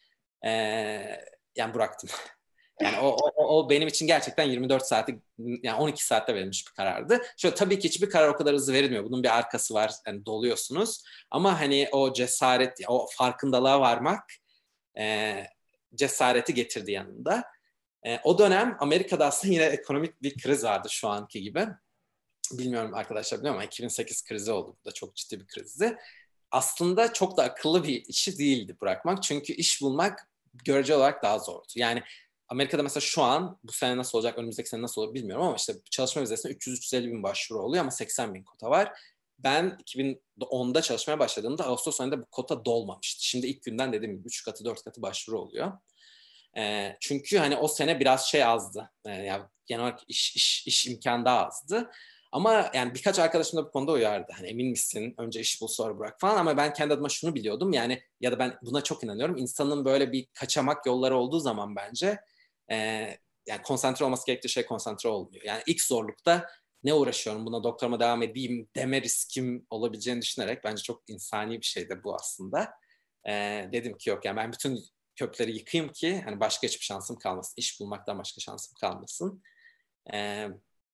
[SPEAKER 2] Yani bıraktım. Yani o benim için gerçekten 24 saati, yani 12 saatte verilmiş bir karardı. Şöyle tabii ki hiçbir karar o kadar hızlı verilmiyor. Bunun bir arkası var. Yani doluyorsunuz. Ama hani o cesaret, o farkındalığa varmak e, cesareti getirdi yanında. O dönem Amerika'da aslında yine ekonomik bir kriz vardı şu anki gibi. Bilmiyorum arkadaşlar biliyor ama 2008 krizi oldu. Bu da çok ciddi bir krizdi. Aslında çok da akıllı bir işi değildi bırakmak. Çünkü iş bulmak göreceli olarak daha zordu. Yani Amerika'da mesela şu an bu sene nasıl olacak, önümüzdeki sene nasıl olur bilmiyorum ama işte çalışma vizesine 300-350 bin başvuru oluyor ama 80 bin kota var. Ben 2010'da çalışmaya başladığımda Ağustos ayında bu kota dolmamıştı. Şimdi ilk günden dediğim gibi 3 katı 4 katı başvuru oluyor. Çünkü hani o sene biraz şey azdı. Yani genel olarak iş imkanı daha azdı. Ama yani birkaç arkadaşım da bu konuda uyardı. Hani emin misin? Önce iş bul sonra bırak falan. Ama ben kendi adıma şunu biliyordum. Yani ya da ben buna çok inanıyorum. İnsanın böyle bir kaçamak yolları olduğu zaman bence e, yani konsantre olması gerektiği şey konsantre olmuyor. Yani ilk zorlukta ne uğraşıyorum, buna doktorama devam edeyim deme riskim olabileceğini düşünerek, bence çok insani bir şey de bu aslında. Dedim ki yok, yani ben bütün kökleri yıkayım ki hani başka hiçbir şansım kalmasın. İş bulmaktan başka şansım kalmasın. Ee,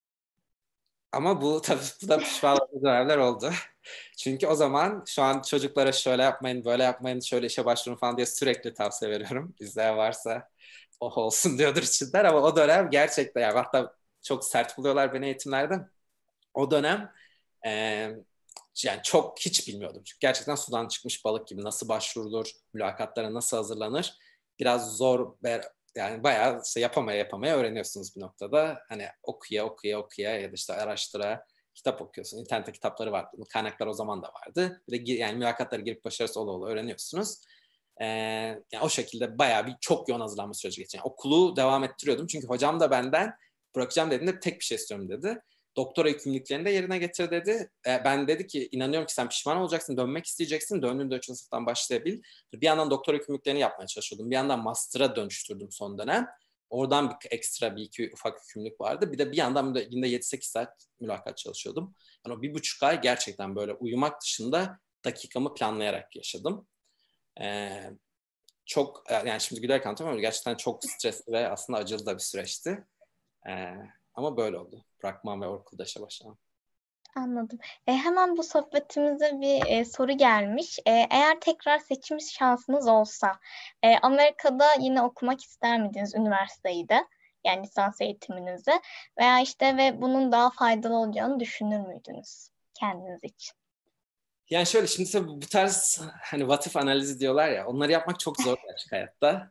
[SPEAKER 2] Ama bu tabii bu da pişman olduğum dönemler oldu. Çünkü o zaman şu an çocuklara şöyle yapmayın, böyle yapmayın, şöyle işe başvurun falan diye sürekli tavsiye veriyorum. İzleyen varsa oh olsun diyordur içinden, ama o dönem gerçekten yani, hatta çok sert buluyorlar beni eğitimlerde. O dönem e, yani çok hiç bilmiyordum. Çünkü gerçekten sudan çıkmış balık gibi nasıl başvurulur, mülakatlara nasıl hazırlanır. Biraz zor ve yani bayağı işte yapamaya öğreniyorsunuz bir noktada. Hani okuya ya da işte araştıra kitap okuyorsun. İnternette kitapları vardı. Kaynaklar o zaman da vardı. Bir de yani mülakatlara girip başarısı ola öğreniyorsunuz. Yani o şekilde bayağı bir çok yoğun hazırlanma süreci geçti. Yani okulu devam ettiriyordum. Çünkü hocam da benden bırakacağım dediğinde tek bir şey istiyorum dedi. Doktora yükümlülüklerini de yerine getir dedi. Ben dedi ki inanıyorum ki sen pişman olacaksın, dönmek isteyeceksin. Döndüğünde 3. sınıftan başlayabil. Bir yandan doktora yükümlülüklerini yapmaya çalışıyordum. Bir yandan master'a dönüştürdüm son dönem. Oradan bir ekstra bir iki ufak yükümlülük vardı. Bir yandan da günde 7-8 saat mülakat çalışıyordum. Yani o 1,5 ay gerçekten böyle uyumak dışında dakikamı planlayarak yaşadım. Ee, Çok yani şimdi gülerek anlatamıyorum. Gerçekten çok stresli ve aslında acılı da bir süreçti. Ee, Ama böyle oldu. Bırakmam ve Oracle'da işe başlamam.
[SPEAKER 1] Anladım. Hemen bu sohbetimize bir soru gelmiş. Eğer tekrar seçim şansınız olsa, Amerika'da yine okumak ister miydiniz üniversiteyi de? Yani lisans eğitiminizi veya işte ve bunun daha faydalı olacağını düşünür müydünüz kendiniz için?
[SPEAKER 2] Yani şöyle, şimdi tabii bu tarz hani what if analizi diyorlar ya, onları yapmak çok zor gerçek hayatta.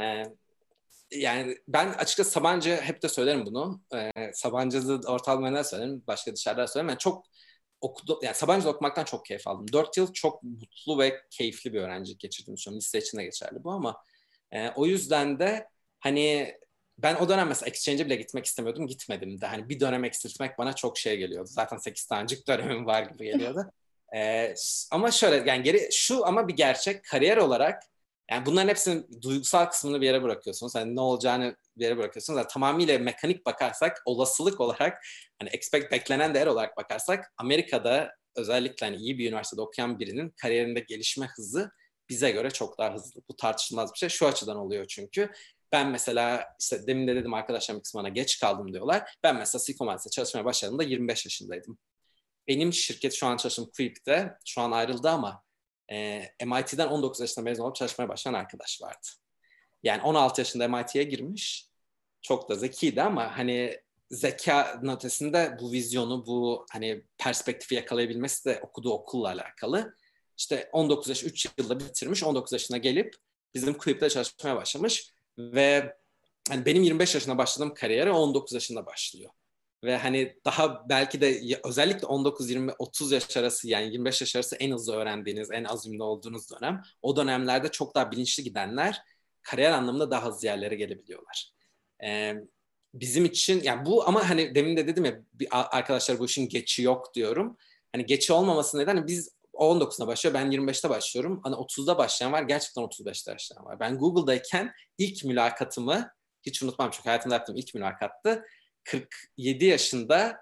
[SPEAKER 2] Yani ben açıkçası Sabancı hep de söylerim bunu. Sabancı'da ortalamaya söylerim, başka dışarıda söylerim. Yani çok Yani Sabancı'da okumaktan çok keyif aldım. 4 yıl çok mutlu ve keyifli bir öğrencilik geçirdiğimi düşünüyorum. Lise için de geçerli bu ama o yüzden de hani ben o dönem mesela exchange'e bile gitmek istemiyordum. Gitmedim de. Hani bir dönem eksiltmek bana çok şey geliyordu. Zaten 8 tanecik dönemim var gibi geliyordu. Ama şöyle yani ama bir gerçek kariyer olarak yani bunların hepsinin duygusal kısmını bir yere bırakıyorsunuz. Hani ne olacağını bir yere bırakıyorsunuz. Yani tamamıyla mekanik bakarsak olasılık olarak hani beklenen değer olarak bakarsak Amerika'da özellikle hani iyi bir üniversitede okuyan birinin kariyerinde gelişme hızı bize göre çok daha hızlı. Bu tartışılmaz bir şey. Şu açıdan oluyor çünkü. Ben mesela işte demin de dedim arkadaşlarım kısmına geç kaldım diyorlar. Ben mesela Silikon Vadisi'nde çalışmaya başladığımda 25 yaşındaydım. Benim şirket şu an çalıştığım Quip'te şu an ayrıldı ama MIT'den 19 yaşında mezun olup çalışmaya başlayan arkadaş vardı. Yani 16 yaşında MIT'ye girmiş. Çok da zekiydi ama hani zeka ötesinde bu vizyonu, bu hani perspektifi yakalayabilmesi de okuduğu okulla alakalı. İşte 19 yaş, 3 yılda bitirmiş, 19 yaşına gelip bizim kulüpte çalışmaya başlamış ve hani benim 25 yaşında başladığım kariyere 19 yaşında başlıyor. Ve hani daha belki de özellikle 19, 20, 30 yaş arası yani 25 yaş arası en hızlı öğrendiğiniz, en azimli olduğunuz dönem. O dönemlerde çok daha bilinçli gidenler kariyer anlamında daha hızlı yerlere gelebiliyorlar. Ee, Bizim için yani bu ama hani demin de dedim ya arkadaşlar bu işin geçi yok diyorum. Hani geçi olmaması nedeni biz 19'da başlıyor ben 25'te başlıyorum. Hani 30'da başlayan var gerçekten 35'te başlayan var. Ben Google'dayken ilk mülakatımı hiç unutmam çünkü hayatımda yaptığım ilk mülakattı. 47 yaşında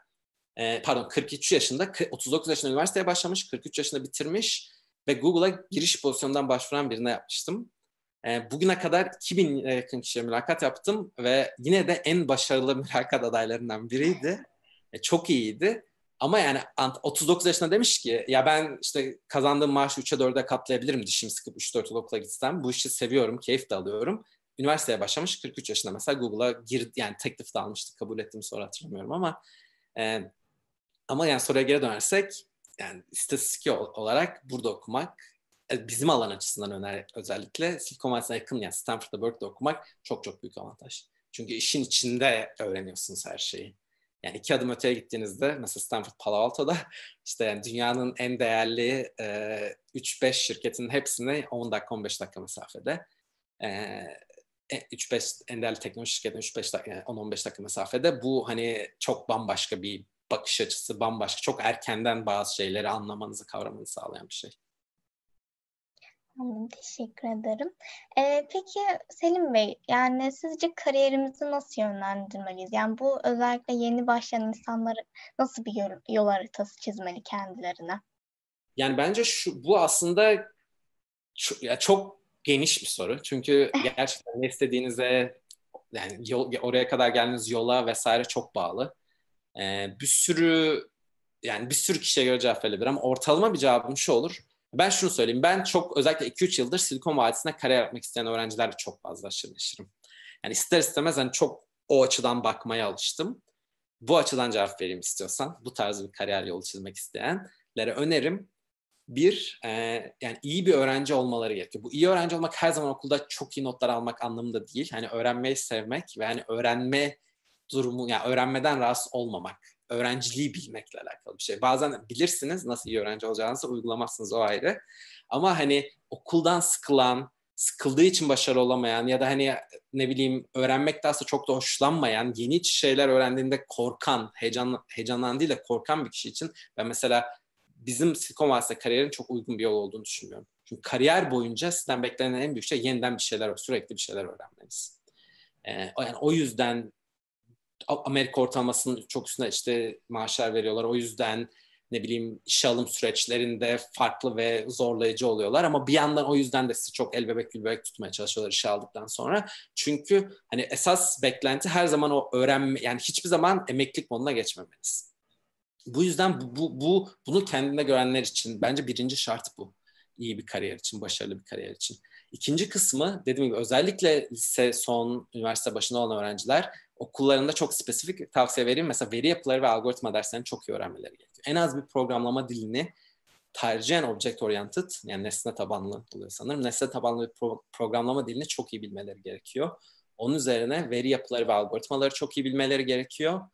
[SPEAKER 2] 43 yaşında 39 yaşında üniversiteye başlamış 43 yaşında bitirmiş ve Google'a giriş pozisyonundan başvuran birine yapmıştım. Bugüne kadar 2000 yakın kişiye mülakat yaptım ve yine de en başarılı mülakat adaylarından biriydi. Çok iyiydi. Ama yani 39 yaşında demiş ki ya ben işte kazandığım maaşı 3'e 4'e katlayabilirim dişimi sıkıp 3-4 yıl okula gitsem. Bu işi seviyorum, keyif de alıyorum. Üniversiteye başlamış 43 yaşında mesela Google'a girdi yani teklif de almıştık kabul ettim sonra hatırlamıyorum e, ama yani soruya geri dönersek yani istatistik olarak burada okumak bizim alan açısından özellikle Silikon Vadisi'ne yakın yani Stanford'da Berkeley'de okumak çok çok büyük avantaj. Çünkü işin içinde öğreniyorsunuz her şeyi. Yani 2 adım öteye gittiğinizde mesela Stanford Palo Alto'da işte yani dünyanın en değerli 3-5 şirketin hepsini 10 dakika 15 dakika mesafede. E, 3-5 en değerli teknoloji şirketine 3-5 dakika, yani 10-15 dakika mesafede bu hani çok bambaşka bir bakış açısı, bambaşka. Çok erkenden bazı şeyleri anlamanızı, kavramanızı sağlayan bir şey.
[SPEAKER 1] Anladım, teşekkür ederim. Peki Selim Bey, yani sizce kariyerimizi nasıl yönlendirmeliyiz? Yani bu özellikle yeni başlayan insanları nasıl bir yol haritası çizmeli kendilerine?
[SPEAKER 2] Yani bence bu aslında çok geniş bir soru. Çünkü gerçekten ne istediğinize yani oraya kadar geldiğiniz yola vesaire çok bağlı. Bir sürü yani bir sürü kişiye göre cevap verilebilir ama ortalama bir cevabım şu olur. Ben şunu söyleyeyim. Ben çok özellikle 2-3 yıldır Silikon Vadisi'ne kariyer yapmak isteyen öğrencilerle çok fazla aşırı neşirim. Yani ister istemez hani çok o açıdan bakmaya alıştım. Bu açıdan cevap vereyim istiyorsan. Bu tarz bir kariyer yolu çizmek isteyenlere önerim. Yani iyi bir öğrenci olmaları gerekiyor. Bu iyi öğrenci olmak her zaman okulda çok iyi notlar almak anlamında değil. Hani öğrenmeyi sevmek ve hani öğrenme durumu, yani öğrenmeden rahatsız olmamak, öğrenciliği bilmekle alakalı bir şey. Bazen bilirsiniz nasıl iyi öğrenci olacağınızı uygulamazsınız o ayrı. Ama hani okuldan sıkıldığı için başarılı olamayan ya da hani ne bileyim öğrenmekte aslında çok da hoşlanmayan, yeni şeyler öğrendiğinde korkan, heyecanlan değil de korkan bir kişi için ben mesela bizim Silikon Vadisi kariyerin çok uygun bir yol olduğunu düşünüyorum. Çünkü kariyer boyunca sizden beklenen en büyük şey yeniden sürekli bir şeyler öğrenmeniz. Yani o yüzden Amerika ortalamasının çok üstünde işte maaşlar veriyorlar. O yüzden ne bileyim işe alım süreçlerinde farklı ve zorlayıcı oluyorlar. Ama bir yandan o yüzden de sizi çok el bebek gül bebek tutmaya çalışıyorlar işe aldıktan sonra. Çünkü hani esas beklenti her zaman o öğrenme yani hiçbir zaman emeklilik moduna geçmemeniz. Bu yüzden bunu kendine görenler için bence birinci şart bu. İyi bir kariyer için, başarılı bir kariyer için. İkinci kısmı dediğim gibi özellikle lise son, üniversite başında olan öğrenciler okullarında çok spesifik tavsiye vereyim. Mesela veri yapıları ve algoritma derslerini çok iyi öğrenmeleri gerekiyor. En az bir programlama dilini tercihen object oriented yani nesne tabanlı oluyor sanırım. Nesne tabanlı bir programlama dilini çok iyi bilmeleri gerekiyor. Onun üzerine veri yapıları ve algoritmaları çok iyi bilmeleri gerekiyor.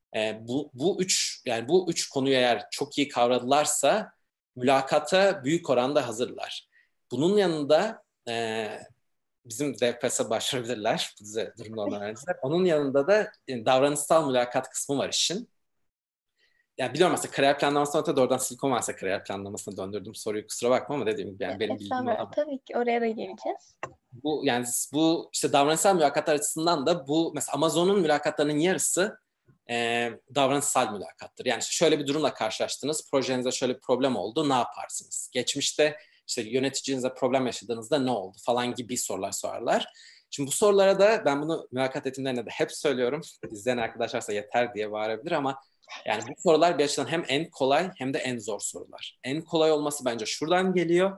[SPEAKER 2] Bu üç konuyu eğer çok iyi kavradılarsa mülakata büyük oranda hazırlar. Bunun yanında bizim DevPES'e başvurabilirler bu durumda olan öğrenciler. Onun yanında da davranışsal mülakat kısmı var işin. Yani biliyorum aslında kariyer planlamasına da doğrudan Silikon varsa kariyer planlamasına döndürdüm soruyu, kusura bakma ama dediğim gibi yani benim bildiğim
[SPEAKER 1] Estağfurullah.
[SPEAKER 2] olan
[SPEAKER 1] Tabii ki oraya da geleceğiz.
[SPEAKER 2] bu işte davranışsal mülakatlar açısından da bu mesela Amazon'un mülakatlarının yarısı davranışsal mülakattır. Yani şöyle bir durumla karşılaştınız, projenizde şöyle bir problem oldu, ne yaparsınız? Geçmişte işte yöneticinizle problem yaşadığınızda ne oldu falan gibi sorular sorarlar. Şimdi bu sorulara da ben bunu mülakat eğitimlerinde de hep söylüyorum. İzleyen arkadaşlarsa yeter diye bağırabilir ama yani bu sorular bir açıdan hem en kolay hem de en zor sorular. En kolay olması bence şuradan geliyor.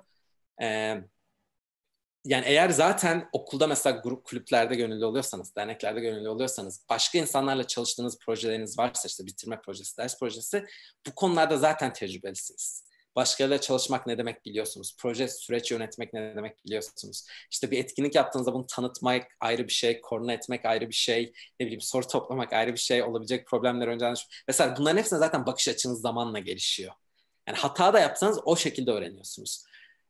[SPEAKER 2] Yani eğer zaten okulda mesela grup kulüplerde gönüllü oluyorsanız, derneklerde gönüllü oluyorsanız, başka insanlarla çalıştığınız projeleriniz varsa işte bitirme projesi, ders projesi, bu konularda zaten tecrübelisiniz. Başkalarıyla çalışmak ne demek biliyorsunuz. Proje, süreç yönetmek ne demek biliyorsunuz. İşte bir etkinlik yaptığınızda bunu tanıtmak ayrı bir şey, koordine etmek ayrı bir şey, ne bileyim soru toplamak ayrı bir şey, olabilecek problemler önceden. Mesela bunların hepsine zaten bakış açınız zamanla gelişiyor. Yani hata da yapsanız o şekilde öğreniyorsunuz.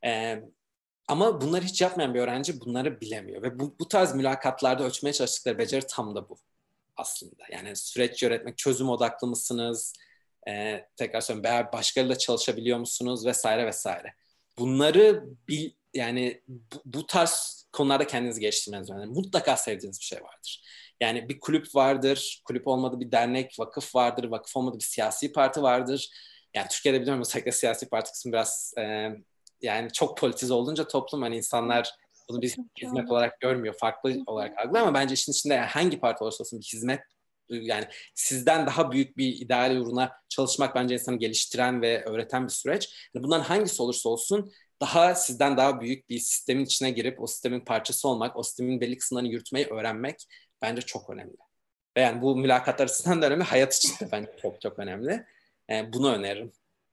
[SPEAKER 2] Ama bunları hiç yapmayan bir öğrenci bunları bilemiyor. Ve bu tarz mülakatlarda ölçmeye çalıştıkları beceri tam da bu aslında. Yani süreç yönetmek, çözüm odaklı mısınız? Tekrar söyleyeyim, eğer başkalarıyla çalışabiliyor musunuz? Vesaire vesaire. Bunları yani bu tarz konularda kendinizi geliştirmeniz önemli. Mutlaka sevdiğiniz bir şey vardır. Yani bir kulüp vardır, kulüp olmadı bir dernek, vakıf vardır, vakıf olmadı bir siyasi parti vardır. Yani Türkiye'de biliyorum özellikle siyasi parti kısmı biraz yani çok politize olunca toplum hani insanlar bunu bir hizmet olarak görmüyor, farklı olarak algılıyor ama bence işin içinde hangi parti olursa olsun bir hizmet, yani sizden daha büyük bir ideal uğruna çalışmak bence insanı geliştiren ve öğreten bir süreç. Yani bunların hangisi olursa olsun sizden daha büyük bir sistemin içine girip o sistemin parçası olmak, o sistemin belli kısımlarını yürütmeyi öğrenmek bence çok önemli. Ve yani bu mülakatlar açısından da önemli, hayat için de bence çok çok önemli. Bunu öneririm.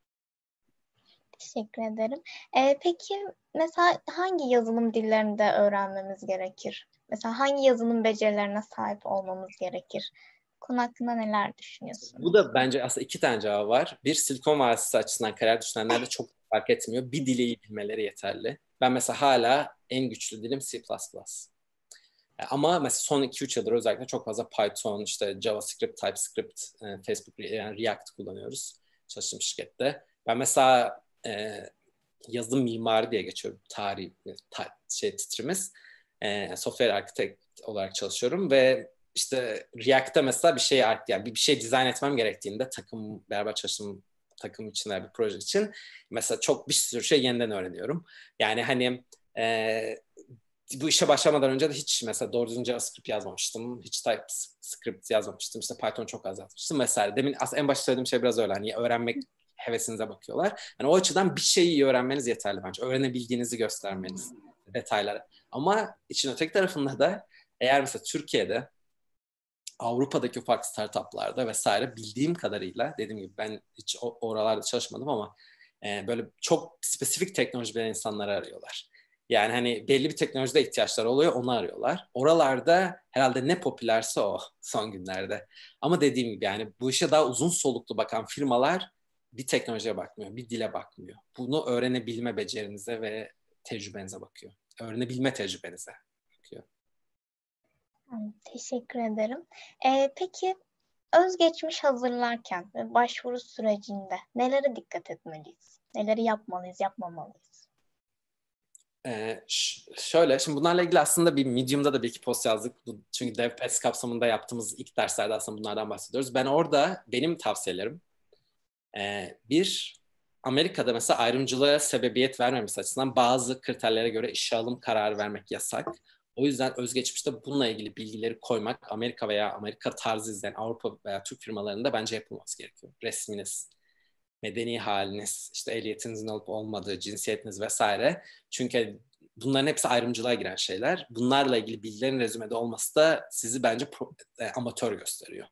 [SPEAKER 1] Teşekkür ederim. Peki mesela hangi yazılım dillerinde öğrenmemiz gerekir? Mesela hangi yazılım becerilerine sahip olmamız gerekir? Konu hakkında neler
[SPEAKER 2] Bu
[SPEAKER 1] düşünüyorsunuz?
[SPEAKER 2] da bence aslında iki tane cevabı var. Bir, Silikon Vadisi açısından kariyer düşünenler de çok fark etmiyor. Bir dili iyi bilmeleri yeterli. Ben mesela hala en güçlü dilim C++. Ama mesela son 2-3 yıldır özellikle çok fazla Python, işte JavaScript, TypeScript, Facebook, yani React kullanıyoruz çalıştığım şirkette. Ben mesela yazılım mimarı diye geçiyor tarih titrimiz. Software architect olarak çalışıyorum ve işte React'ta mesela yani bir şey dizayn etmem gerektiğinde beraber çalıştığım takım için bir proje için mesela bir sürü şey yeniden öğreniyorum. Yani hani bu işe başlamadan önce de hiç mesela doğru düzgün JavaScript yazmamıştım. Hiç TypeScript yazmamıştım. İşte Python çok az yazmıştım vesaire. Demin aslında en başta söylediğim şey biraz öyle. Hani öğrenmek hevesinize bakıyorlar. Yani o açıdan bir şeyi iyi öğrenmeniz yeterli bence. Öğrenebildiğinizi göstermeniz, detayları. Ama için öteki tarafında da eğer mesela Türkiye'de, Avrupa'daki ufak startuplarda vesaire bildiğim kadarıyla, dediğim gibi ben hiç oralarda çalışmadım ama böyle çok spesifik teknoloji bilen insanları arıyorlar. Yani hani belli bir teknolojide ihtiyaçları oluyor, onu arıyorlar. Oralarda herhalde ne popülerse o son günlerde. Ama dediğim gibi yani bu işe daha uzun soluklu bakan firmalar bir teknolojiye bakmıyor, bir dile bakmıyor. Bunu öğrenebilme becerinize ve tecrübenize bakıyor. Öğrenebilme tecrübenize bakıyor.
[SPEAKER 1] Teşekkür ederim. Peki özgeçmiş hazırlarken ve başvuru sürecinde nelere dikkat etmeliyiz? Neleri yapmalıyız, yapmamalıyız?
[SPEAKER 2] Şöyle, şimdi bunlarla ilgili aslında bir Medium'da da bir iki post yazdık. Çünkü DevPads kapsamında yaptığımız ilk derslerde aslında bunlardan bahsediyoruz. Ben orada benim tavsiyelerim bir, Amerika'da mesela ayrımcılığa sebebiyet vermemesi açısından bazı kriterlere göre işe alım kararı vermek yasak. O yüzden özgeçmişte bununla ilgili bilgileri koymak Amerika veya Amerika tarzı izleyen Avrupa veya Türk firmalarında bence yapılması gerekiyor. Resminiz, medeni haliniz, işte ehliyetinizin olup olmadığı, cinsiyetiniz vesaire. Çünkü bunların hepsi ayrımcılığa giren şeyler. Bunlarla ilgili bilgilerin rezümede olması da sizi bence amatör gösteriyor.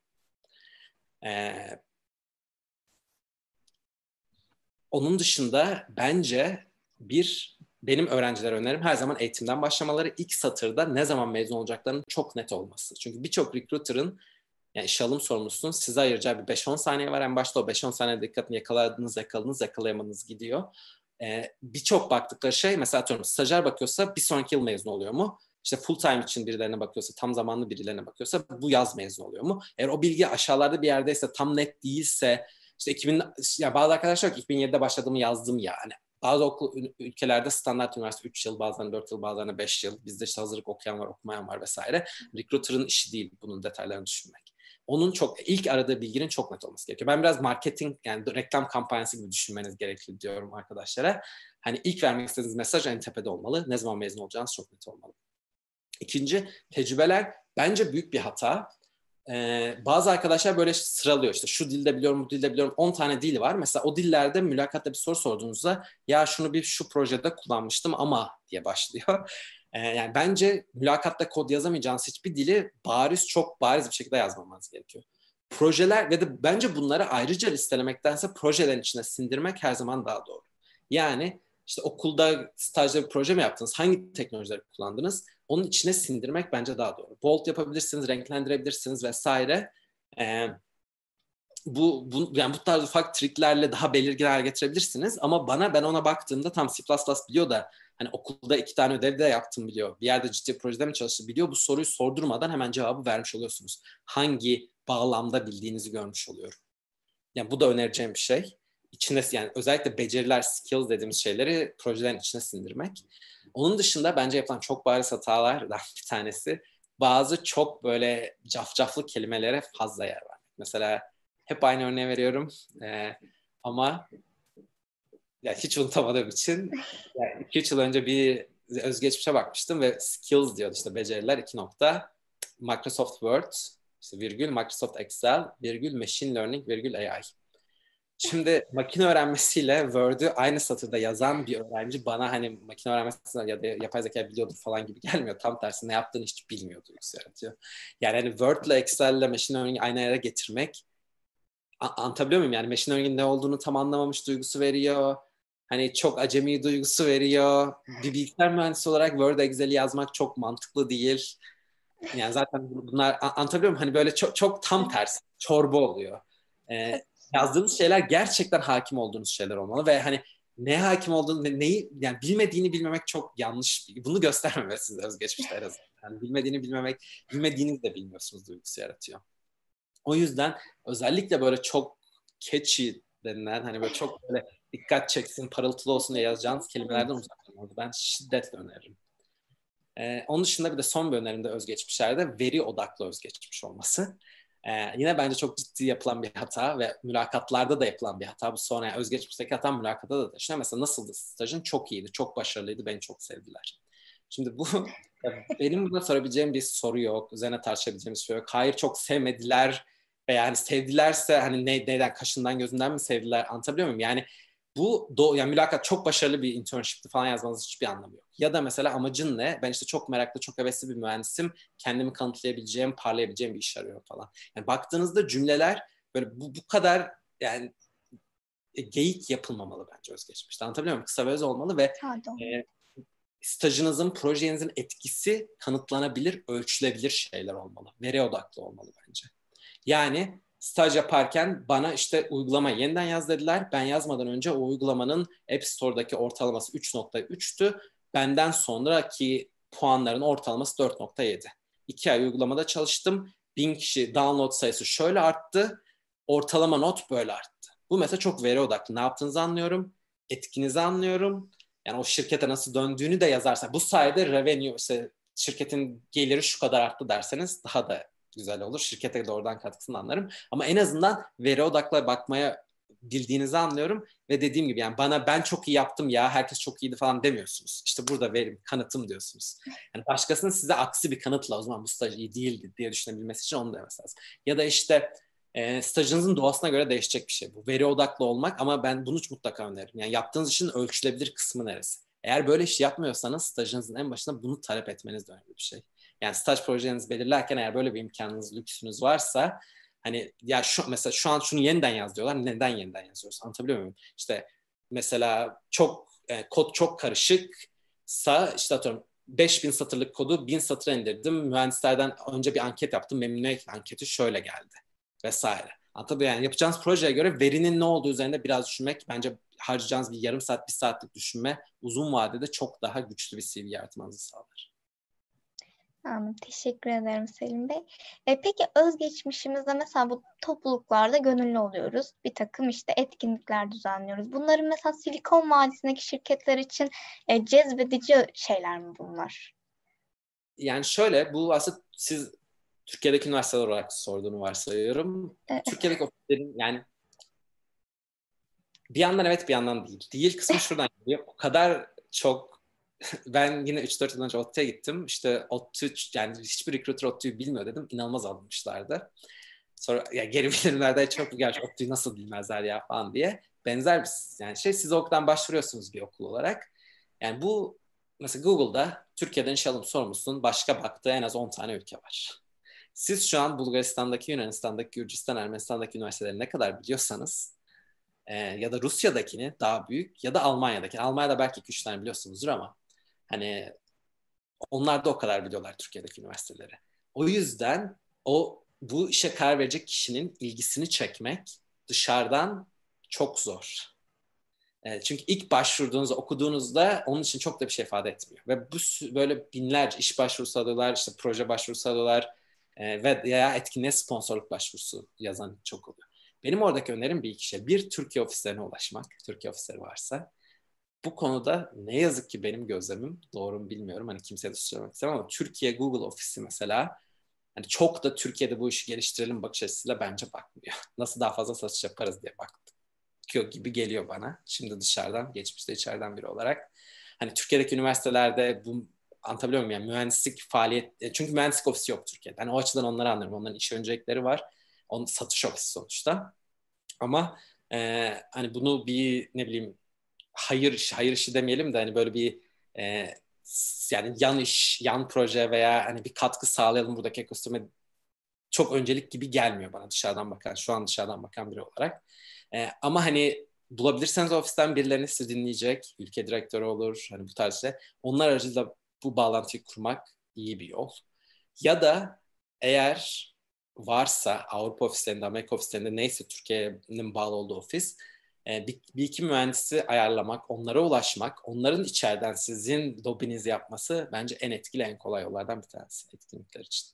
[SPEAKER 2] Onun dışında bence benim öğrencilere önerim her zaman eğitimden başlamaları, ilk satırda ne zaman mezun olacaklarının çok net olması. Çünkü birçok recruiter'ın Yani işe alım sorumlusunun size ayıracağı bir 5-10 saniye var. En başta o 5-10 saniye dikkatini yakalayamadınız gidiyor. Birçok baktıkları şey, mesela atıyorum stajyer bakıyorsa bir sonraki yıl mezun oluyor mu? İşte full time için birilerine bakıyorsa, tam zamanlı birilerine bakıyorsa bu yaz mezun oluyor mu? Eğer o bilgi aşağılarda bir yerdeyse, tam net değilse, işte 2000, ya bazı arkadaşlar diyor ki 2007'de başladığımı yazdım yani. Bazı ülkelerde standart üniversite 3 yıl, bazen 4 yıl, bazen 5 yıl. Bizde işte hazırlık okuyan var, okumayan var vesaire. Recruiter'ın işi değil bunun detaylarını düşünmek. Onun çok ilk aradığı bilginin çok net olması gerekiyor. Ben biraz marketing, yani reklam kampanyası gibi düşünmeniz gerekli diyorum arkadaşlara. Hani ilk vermek istediğiniz mesaj en tepede olmalı. Ne zaman mezun olacağınız çok net olmalı. İkinci, tecrübeler bence büyük bir hata. Bazı arkadaşlar böyle sıralıyor, işte şu dilde biliyorum, bu dilde biliyorum, 10 tane dil var. Mesela o dillerde mülakatta bir soru sorduğunuzda ya şunu bir şu projede kullanmıştım ama diye başlıyor. Yani bence mülakatta kod yazamayacağınız hiçbir dili çok bariz bir şekilde yazmamanız gerekiyor. Projeler ve de bence bunları ayrıca listelemektense projelerin içine sindirmek her zaman daha doğru. Yani işte okulda stajda bir proje mi yaptınız? Hangi teknolojileri kullandınız? Onun içine sindirmek bence daha doğru. Bold yapabilirsiniz, renklendirebilirsiniz vesaire. Yani bu tarz ufak triklerle daha belirgin hale getirebilirsiniz. Ama ben ona baktığımda tam C++ biliyor da hani okulda 2 tane ödev de yaptım biliyor. Bir yerde ciddi projede mi çalıştı biliyor. Bu soruyu sordurmadan hemen cevabı vermiş oluyorsunuz. Hangi bağlamda bildiğinizi görmüş oluyorum. Yani bu da önereceğim bir şey. İçine, yani özellikle beceriler, skills dediğimiz şeyleri projelerin içine sindirmek. Onun dışında bence yapılan çok bariz hatalardan bir tanesi, bazı çok böyle cafcaflı kelimelere fazla yer vermek. Mesela hep aynı örneği veriyorum ama ya hiç unutamadığım için, yani 2-3 yıl önce bir özgeçmişe bakmıştım ve skills diyordu, işte beceriler 2 nokta Microsoft Word, işte virgül Microsoft Excel, virgül Machine Learning, virgül AI. Şimdi makine öğrenmesiyle Word'ü aynı satırda yazan bir öğrenci bana hani makine öğrenmesi ya da yapay zeka biliyordur falan gibi gelmiyor. Tam tersi, ne yaptığını hiç bilmiyor duygusu yaratıyor. Yani hani Word'le Excel'le Machine Learning'i aynı yere getirmek, anlatabiliyor muyum? Yani Machine Learning'in ne olduğunu tam anlamamış duygusu veriyor. Hani çok acemi duygusu veriyor. Bir bilgisayar mühendisi olarak Word, Excel'i yazmak çok mantıklı değil. Yani zaten bunlar, anlatabiliyor muyum? Hani böyle çok, çok tam tersi. Çorba oluyor. Ee, Yazdığınız şeyler gerçekten hakim olduğunuz şeyler olmalı ve hani neye hakim olduğunu, neyi yani bilmediğini bilmemek çok yanlış. Bunu göstermemesiniz özgeçmişte en azından. Yani bilmediğinizi de bilmiyorsunuz duygusu yaratıyor. O yüzden özellikle böyle çok catchy denilen, hani böyle çok böyle dikkat çeksin, parıltılı olsun diye yazacağınız kelimelerden uzak olmalı. Ben şiddetle öneririm. Onun dışında bir de son bir önerim de özgeçmişlerde veri odaklı özgeçmiş olması. Yine bence çok ciddi yapılan bir hata ve mülakatlarda da yapılan bir hata. Bu sonra yani özgeçmişteki hata mülakata da taşınıyor. Mesela nasıldı stajın? Çok iyiydi, çok başarılıydı, beni çok sevdiler. Şimdi bu benim buna sorabileceğim bir soru yok. Üzerine tartışabileceğimiz bir şey yok. Hayır çok sevmediler veya yani sevdilerse hani neden, kaşından gözünden mi sevdiler, anlatabiliyor muyum? Yani yani mülakat çok başarılı bir internship'ti falan yazmanız hiçbir anlamı yok. Ya da mesela amacın ne? Ben işte çok meraklı, çok hevesli bir mühendisim. Kendimi kanıtlayabileceğim, parlayabileceğim bir iş arıyorum falan. Yani baktığınızda cümleler böyle bu kadar yani geyik yapılmamalı bence özgeçmişte. Anlatabiliyor muyum? Kısa ve öz olmalı ve stajınızın, projenizin etkisi kanıtlanabilir, ölçülebilir şeyler olmalı. Veri odaklı olmalı bence. Yani staj yaparken bana işte uygulamayı yeniden yaz dediler. Ben yazmadan önce o uygulamanın App Store'daki ortalaması 3.3'tü. Benden sonraki puanların ortalaması 4.7. 2 ay uygulamada çalıştım. 1000 kişi download sayısı şöyle arttı. Ortalama not böyle arttı. Bu mesela çok veri odaklı. Ne yaptığınızı anlıyorum. Etkinizi anlıyorum. Yani o şirkete nasıl döndüğünü de yazarsa, bu sayede revenue, işte şirketin geliri şu kadar arttı derseniz daha da güzel olur. Şirkete doğrudan katkısını anlarım. Ama en azından veri odaklı bakmaya bildiğinizi anlıyorum ve dediğim gibi yani ben çok iyi yaptım ya, herkes çok iyiydi falan demiyorsunuz. İşte burada verim, kanıtım diyorsunuz. Yani başkasının size aksi bir kanıtla o zaman bu staj iyi değildi diye düşünebilmesi için onu demesi lazım. Ya da işte stajınızın doğasına göre değişecek bir şey bu. Veri odaklı olmak, ama ben bunu mutlaka öneririm. Yani yaptığınız işin ölçülebilir kısmı neresi? Eğer böyle iş yapmıyorsanız stajınızın en başında bunu talep etmeniz de önemli bir şey. Yani staj projenizi belirlerken eğer böyle bir imkanınız, lüksünüz varsa, hani ya mesela şu an şunu yeniden yaz diyorlar. Neden yeniden yazıyoruz? Anlatabiliyor muyum? İşte mesela kod çok karışıksa, işte atıyorum 5000 satırlık kodu 1000 satıra indirdim. Mühendislerden önce bir anket yaptım. Memnuniyet anketi şöyle geldi vesaire. Tabii yani yapacağınız projeye göre verinin ne olduğu üzerinde biraz düşünmek, bence harcayacağınız bir yarım saat, bir saatlik düşünme uzun vadede çok daha güçlü bir CV yaratmanızı sağlar.
[SPEAKER 1] Anladım. Teşekkür ederim Selim Bey. Peki özgeçmişimizde mesela bu topluluklarda gönüllü oluyoruz. Bir takım işte etkinlikler düzenliyoruz. Bunların mesela Silikon Vadisi'ndeki şirketler için cezbedici şeyler mi bunlar?
[SPEAKER 2] Yani şöyle, bu aslında siz Türkiye'deki üniversiteler olarak sorduğunu varsayıyorum.
[SPEAKER 1] E,
[SPEAKER 2] Türkiye'deki ofislerin yani bir yandan evet, bir yandan değil. Değil kısmı şuradan geliyor. O kadar çok ben yine 3-4 yıl önce ODTÜ'ye gittim. İşte ODTÜ, yani hiçbir recruiter ODTÜ'yü bilmiyor dedim. İnanılmaz alınmışlardı. Sonra ya geri bildirimlerde çok gerçi ODTÜ'yü nasıl bilmezler ya falan diye. Benzer bir yani siz okuldan başvuruyorsunuz bir okul olarak. Yani bu mesela Google'da Türkiye'den iş alım sorumlusunun başka baktığı en az 10 tane ülke var. Siz şu an Bulgaristan'daki, Yunanistan'daki, Gürcistan, Ermenistan'daki üniversiteleri ne kadar biliyorsanız ya da Rusya'dakini daha büyük ya da Almanya'daki. Almanya'da belki 2-3 tane biliyorsunuzdur ama hani onlar da o kadar biliyorlar Türkiye'deki üniversiteleri. O yüzden bu işe karar verecek kişinin ilgisini çekmek dışarıdan çok zor. Çünkü ilk başvurduğunuzda, okuduğunuzda onun için çok da bir şey ifade etmiyor. Ve böyle binlerce iş başvurusu alıyorlar, işte proje başvurusu alıyorlar ve veya etkinliğe sponsorluk başvurusu yazan çok oluyor. Benim oradaki önerim bir iki şey. Bir, Türkiye ofislerine ulaşmak. Türkiye ofisleri varsa. Bu konuda ne yazık ki benim gözlemim, doğru mu bilmiyorum. Hani kimseye de söylemek istemem ama Türkiye Google ofisi mesela hani çok da Türkiye'de bu işi geliştirelim bakış açısıyla bence bakmıyor. Nasıl daha fazla satış yaparız diye bakıyor gibi geliyor bana. Şimdi dışarıdan, geçmişte içeriden biri olarak. Hani Türkiye'deki üniversitelerde bu, anlatabiliyor muyum? Yani mühendislik faaliyet, çünkü mühendislik ofisi yok Türkiye'de. Hani o açıdan onları anlıyorum. Onların iş öncelikleri var. Onun satış ofisi sonuçta. Ama hani bunu bir ne bileyim hayır işi demeyelim de hani böyle bir e, yani yan iş, yan proje veya hani bir katkı sağlayalım buradaki ekosisteme çok öncelik gibi gelmiyor bana dışarıdan bakan, şu an dışarıdan bakan biri olarak. Ama hani bulabilirseniz ofisten birilerini sizi dinleyecek, ülke direktörü olur, hani bu tarz şey. Onlar aracılığıyla bu bağlantıyı kurmak iyi bir yol. Ya da eğer varsa Avrupa ofislerinde, Amerika ofislerinde neyse Türkiye'nin bağlı olduğu ofis, bir iki mühendisi ayarlamak, onlara ulaşmak, onların içeriden sizin lobinizi yapması bence en etkili, en kolay yollardan bir tanesi etkinlikler için.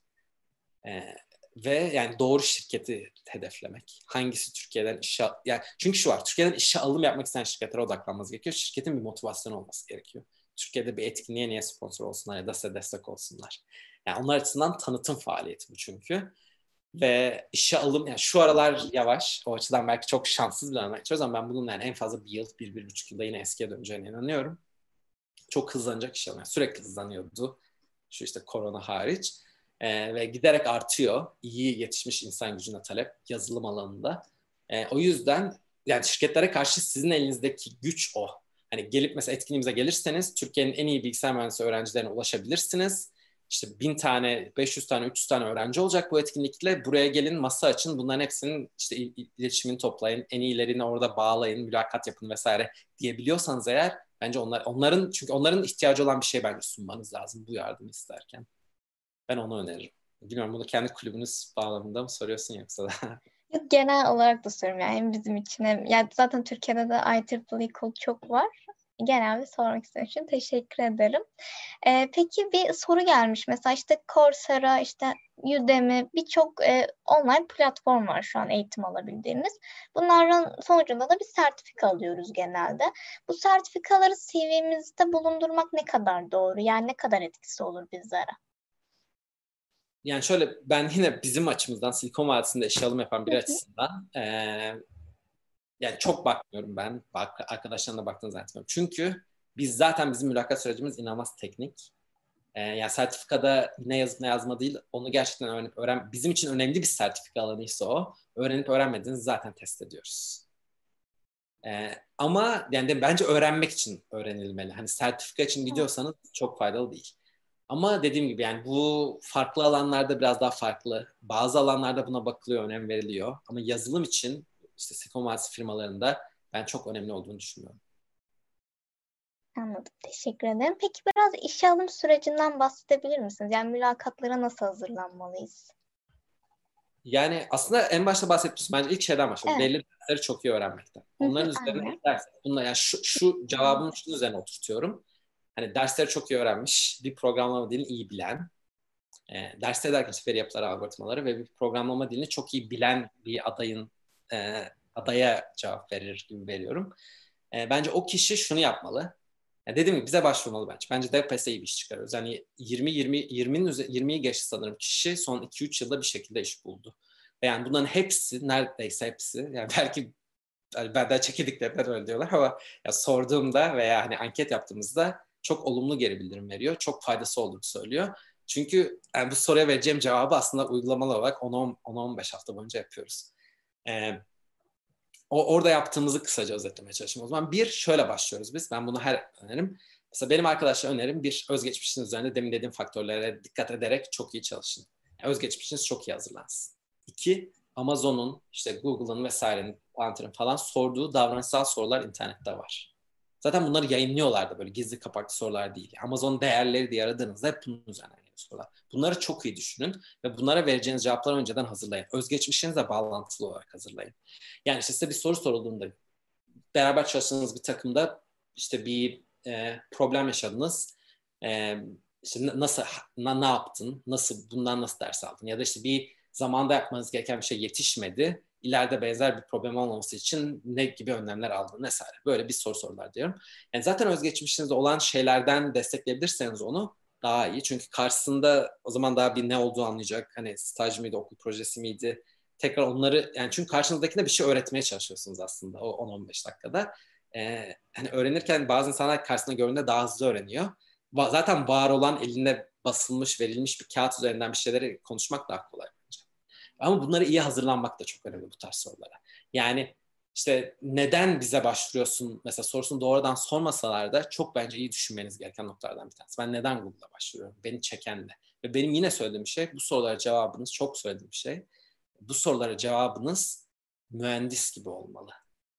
[SPEAKER 2] Ve yani doğru şirketi hedeflemek. Hangisi Türkiye'den işe... Yani çünkü şu var, Türkiye'den işe alım yapmak isteyen şirketlere odaklanmanız gerekiyor. Şirketin bir motivasyonu olması gerekiyor. Türkiye'de bir etkinliğe niye sponsor olsunlar ya da size destek olsunlar. Yani onlar açısından tanıtım faaliyeti bu çünkü. Ve işe alım, yani şu aralar yavaş, o açıdan belki çok şanssız bir dönem geçiyoruz ama ben bunun yani en fazla bir yıl, 1-1,5 yılda yine eskiye döneceğine inanıyorum. Çok hızlanacak iş alım. Yani sürekli hızlanıyordu. Şu işte korona hariç. Ve giderek artıyor. İyi yetişmiş insan gücüne talep yazılım alanında. O yüzden yani şirketlere karşı sizin elinizdeki güç o. Hani gelip mesela etkinliğimize gelirseniz Türkiye'nin en iyi bilgisayar mühendisi öğrencilerine ulaşabilirsiniz. İşte 1000 tane, 500 tane, 300 tane öğrenci olacak bu etkinlikle. Buraya gelin, masa açın. Bunların hepsinin işte iletişimini toplayın. En iyilerini orada bağlayın, mülakat yapın vesaire diyebiliyorsanız eğer bence çünkü onların ihtiyacı olan bir şey bence sunmanız lazım bu yardımı isterken. Ben onu öneririm. Bilmiyorum, bunu kendi kulübünüz bağlamında mı soruyorsun yoksa da?
[SPEAKER 1] Yok, genel olarak da soruyorum yani hem bizim için hem yani zaten Türkiye'de de IEEE kod çok var. Genel bir sormak istediğim için teşekkür ederim. Peki bir soru gelmiş. Mesela işte Coursera, işte Udemy birçok online platform var şu an eğitim alabildiğimiz. Bunların sonucunda da bir sertifika alıyoruz genelde. Bu sertifikaları CV'mizde bulundurmak ne kadar doğru? Yani ne kadar etkisi olur bizlere?
[SPEAKER 2] Yani şöyle, ben yine bizim açımızdan Silikon Vadisi'nde işe alım yapan
[SPEAKER 1] Hı
[SPEAKER 2] biri
[SPEAKER 1] hı.
[SPEAKER 2] açısından yani çok bakmıyorum ben. Arkadaşlarına baktığını zannetmiyorum. Çünkü bizim mülakat sürecimiz inanılmaz teknik. Yani sertifikada ne yazıp ne yazma değil, onu gerçekten bizim için önemli bir sertifika alanıysa o. Öğrenip öğrenmediğinizi zaten test ediyoruz. Ama yani bence öğrenmek için öğrenilmeli. Hani sertifika için gidiyorsanız çok faydalı değil. Ama dediğim gibi yani bu farklı alanlarda biraz daha farklı. Bazı alanlarda buna bakılıyor, önem veriliyor. Ama yazılım için işte Silikon Vadisi firmalarında ben çok önemli olduğunu düşünüyorum.
[SPEAKER 1] Anladım. Teşekkür ederim. Peki biraz işe alım sürecinden bahsedebilir misiniz? Yani mülakatlara nasıl hazırlanmalıyız?
[SPEAKER 2] Yani aslında en başta bahsetmiştim. Bence ilk şeyden başlayalım.
[SPEAKER 1] Evet.
[SPEAKER 2] Belli dersleri çok iyi öğrenmekten.
[SPEAKER 1] Hı hı,
[SPEAKER 2] Onların üzerine
[SPEAKER 1] aynen.
[SPEAKER 2] eklersek. Bununla yani şu cevabımı şunun üzerine oturtuyorum. Hani dersleri çok iyi öğrenmiş, bir programlama dilini iyi bilen, dersleri derken işte veri yapıları, algoritmaları ve bir programlama dilini çok iyi bilen bir adaya cevap verir gibi veriyorum. Bence o kişi şunu yapmalı. Yani dediğim gibi bize başvurmalı bence. Bence DevPES'e iyi bir iş çıkarıyoruz. Yani 20'yi geçti sanırım kişi son 2-3 yılda bir şekilde iş buldu. Ve yani bunların hepsi, neredeyse hepsi, yani belki hani benden çekildiklerinde öyle diyorlar ama ya sorduğumda veya hani anket yaptığımızda çok olumlu geri bildirim veriyor. Çok faydası olduğunu söylüyor. Çünkü yani bu soruya vereceğim cevabı aslında uygulamalı olarak 10-15 hafta boyunca yapıyoruz. Ee, orada yaptığımızı kısaca özetlemeye çalışayım. O zaman şöyle başlıyoruz biz. Ben bunu her önerim. Mesela benim arkadaşlar önerim özgeçmişiniz üzerinde demin dediğim faktörlere dikkat ederek çok iyi çalışın. Yani özgeçmişiniz çok iyi hazırlansın. 2, Amazon'un, işte Google'ın vesairenin, Palantir'in falan sorduğu davranışsal sorular internette var. Zaten bunları yayınlıyorlar da böyle gizli kapaklı sorular değil. Amazon değerleri diye aradığınızda hep bunun üzerine geliyor sorular. Bunları çok iyi düşünün ve bunlara vereceğiniz cevapları önceden hazırlayın. Özgeçmişinizle bağlantılı olarak hazırlayın. Yani işte size bir soru sorulduğunda beraber çalıştığınız bir takımda işte bir problem yaşadınız. İşte ne yaptın? Bundan nasıl ders aldın? Ya da işte bir zamanda yapmanız gereken bir şey yetişmedi. İleride benzer bir problem olmaması için ne gibi önlemler aldın vesaire. Böyle bir soru sorular diyorum. Yani zaten özgeçmişinizde olan şeylerden destekleyebilirseniz onu daha iyi. Çünkü karşısında o zaman daha bir ne olduğu anlayacak. Hani staj mıydı, okul projesi miydi? Tekrar onları yani çünkü karşınızdakine bir şey öğretmeye çalışıyorsunuz aslında o 10-15 dakikada. Hani öğrenirken bazı insanlar karşısına gördüğünde daha hızlı öğreniyor. Zaten var olan eline basılmış, verilmiş bir kağıt üzerinden bir şeyleri konuşmak daha kolay bence. Ama bunları iyi hazırlanmak da çok önemli bu tarz sorulara. Yani işte neden bize başvuruyorsun mesela sorusunu doğrudan sormasalar da çok bence iyi düşünmeniz gereken noktalardan bir tanesi. Ben neden Google'a başvuruyorum? Beni çeken ne? Ve benim yine söylediğim şey bu sorulara cevabınız çok söylediğim şey. Bu sorulara cevabınız mühendis gibi olmalı.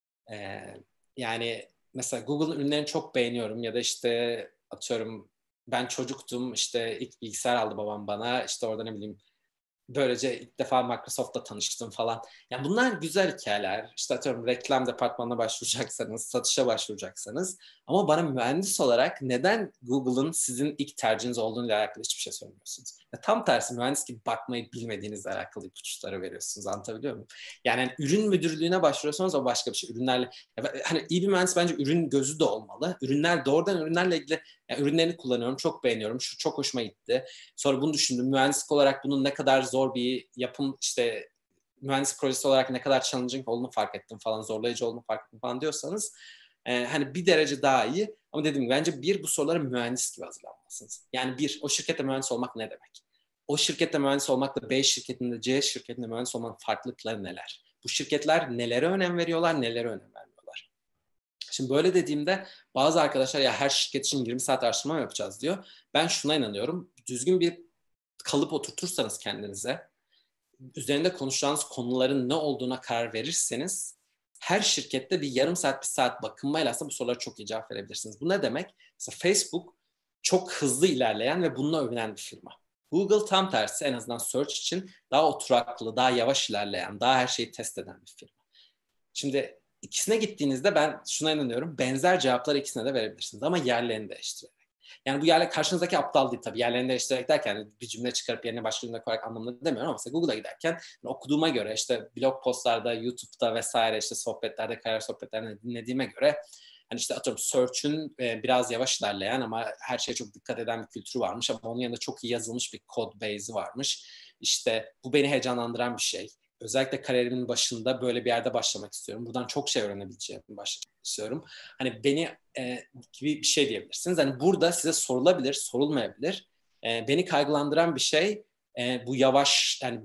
[SPEAKER 2] Ee, yani mesela Google ürünlerini çok beğeniyorum ya da işte atıyorum ben çocuktum işte ilk bilgisayar aldı babam bana işte orada ne bileyim böylece ilk defa Microsoft'ta tanıştım falan. Yani bunlar güzel hikayeler. İşte atıyorum reklam departmanına başvuracaksanız, satışa başvuracaksanız ama bana mühendis olarak neden Google'ın sizin ilk tercihiniz olduğuyla alakalı hiçbir şey söylemiyorsunuz? Ya tam tersi mühendis gibi bakmayı bilmediğinizle alakalı ipuçları veriyorsunuz. Anlatabiliyor muyum? Yani ürün müdürlüğüne başvuruyorsanız o başka bir şey. Hani iyi bir mühendis bence ürün gözü de olmalı. Doğrudan ürünlerle ilgili yani ürünlerini kullanıyorum, çok beğeniyorum. Şu çok hoşuma gitti. Sonra bunu düşündüm. Mühendislik olarak bunun ne kadar zor bir yapım işte mühendislik projesi olarak ne kadar challenging olduğunu fark ettim falan, zorlayıcı olduğunu fark ettim falan diyorsanız hani bir derece daha iyi. Ama dediğim gibi bence bu sorulara mühendis gibi hazırlanmalısınız. Yani o şirkette mühendis olmak ne demek? O şirkette mühendis olmakla B şirketinde, C şirketinde mühendis olmanın farklılıkları neler? Bu şirketler nelere önem veriyorlar, nelere önem vermiyorlar? Şimdi böyle dediğimde bazı arkadaşlar ya her şirket için 20 saat araştırma mı yapacağız diyor. Ben şuna inanıyorum. Düzgün bir kalıp oturtursanız kendinize, üzerinde konuşacağınız konuların ne olduğuna karar verirseniz her şirkette bir yarım saat, bir saat bakınmayla aslında bu sorulara çok iyi cevap verebilirsiniz. Bu ne demek? Mesela Facebook çok hızlı ilerleyen ve bununla övünen bir firma. Google tam tersi en azından search için daha oturaklı, daha yavaş ilerleyen, daha her şeyi test eden bir firma. Şimdi ikisine gittiğinizde ben şuna inanıyorum. Benzer cevapları ikisine de verebilirsiniz ama yerlerini değiştirerek. Yani bu yerler karşınızdaki aptal değil tabii. Yerlerini değiştirerek derken bir cümle çıkarıp yerine başka cümle koyarak anlamında demiyorum ama mesela Google'a giderken okuduğuma göre işte blog postlarda, YouTube'da vesaire işte sohbetlerde, kariyer sohbetlerinde dinlediğime göre hani işte atıyorum search'ün biraz yavaş ilerleyen ama her şeye çok dikkat eden bir kültürü varmış ama onun yanında çok iyi yazılmış bir code base'i varmış. İşte bu beni heyecanlandıran bir şey. Özellikle kariyerimin başında böyle bir yerde başlamak istiyorum. Buradan çok şey öğrenebileceğimi başlamak istiyorum. Hani beni gibi bir şey diyebilirsiniz. Hani burada size sorulabilir, sorulmayabilir. Beni kaygılandıran bir şey bu yavaş, yani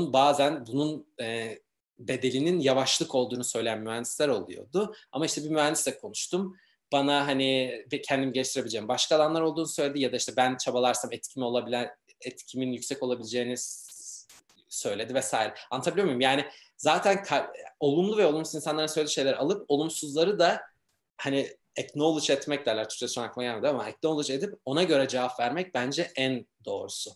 [SPEAKER 2] bunun bedelinin yavaşlık olduğunu söyleyen mühendisler oluyordu. Ama işte bir mühendisle konuştum. Bana hani kendimi geliştirebileceğim başka alanlar olduğunu söyledi ya da işte ben çabalarsam etkimin yüksek olabileceğini söyledi vesaire. Anlatabiliyor muyum? Yani zaten olumlu ve olumsuz insanların söylediği şeyleri alıp olumsuzları da hani acknowledge etmek derler. Türkçe şu an aklıma gelmedi ama acknowledge edip ona göre cevap vermek bence en doğrusu.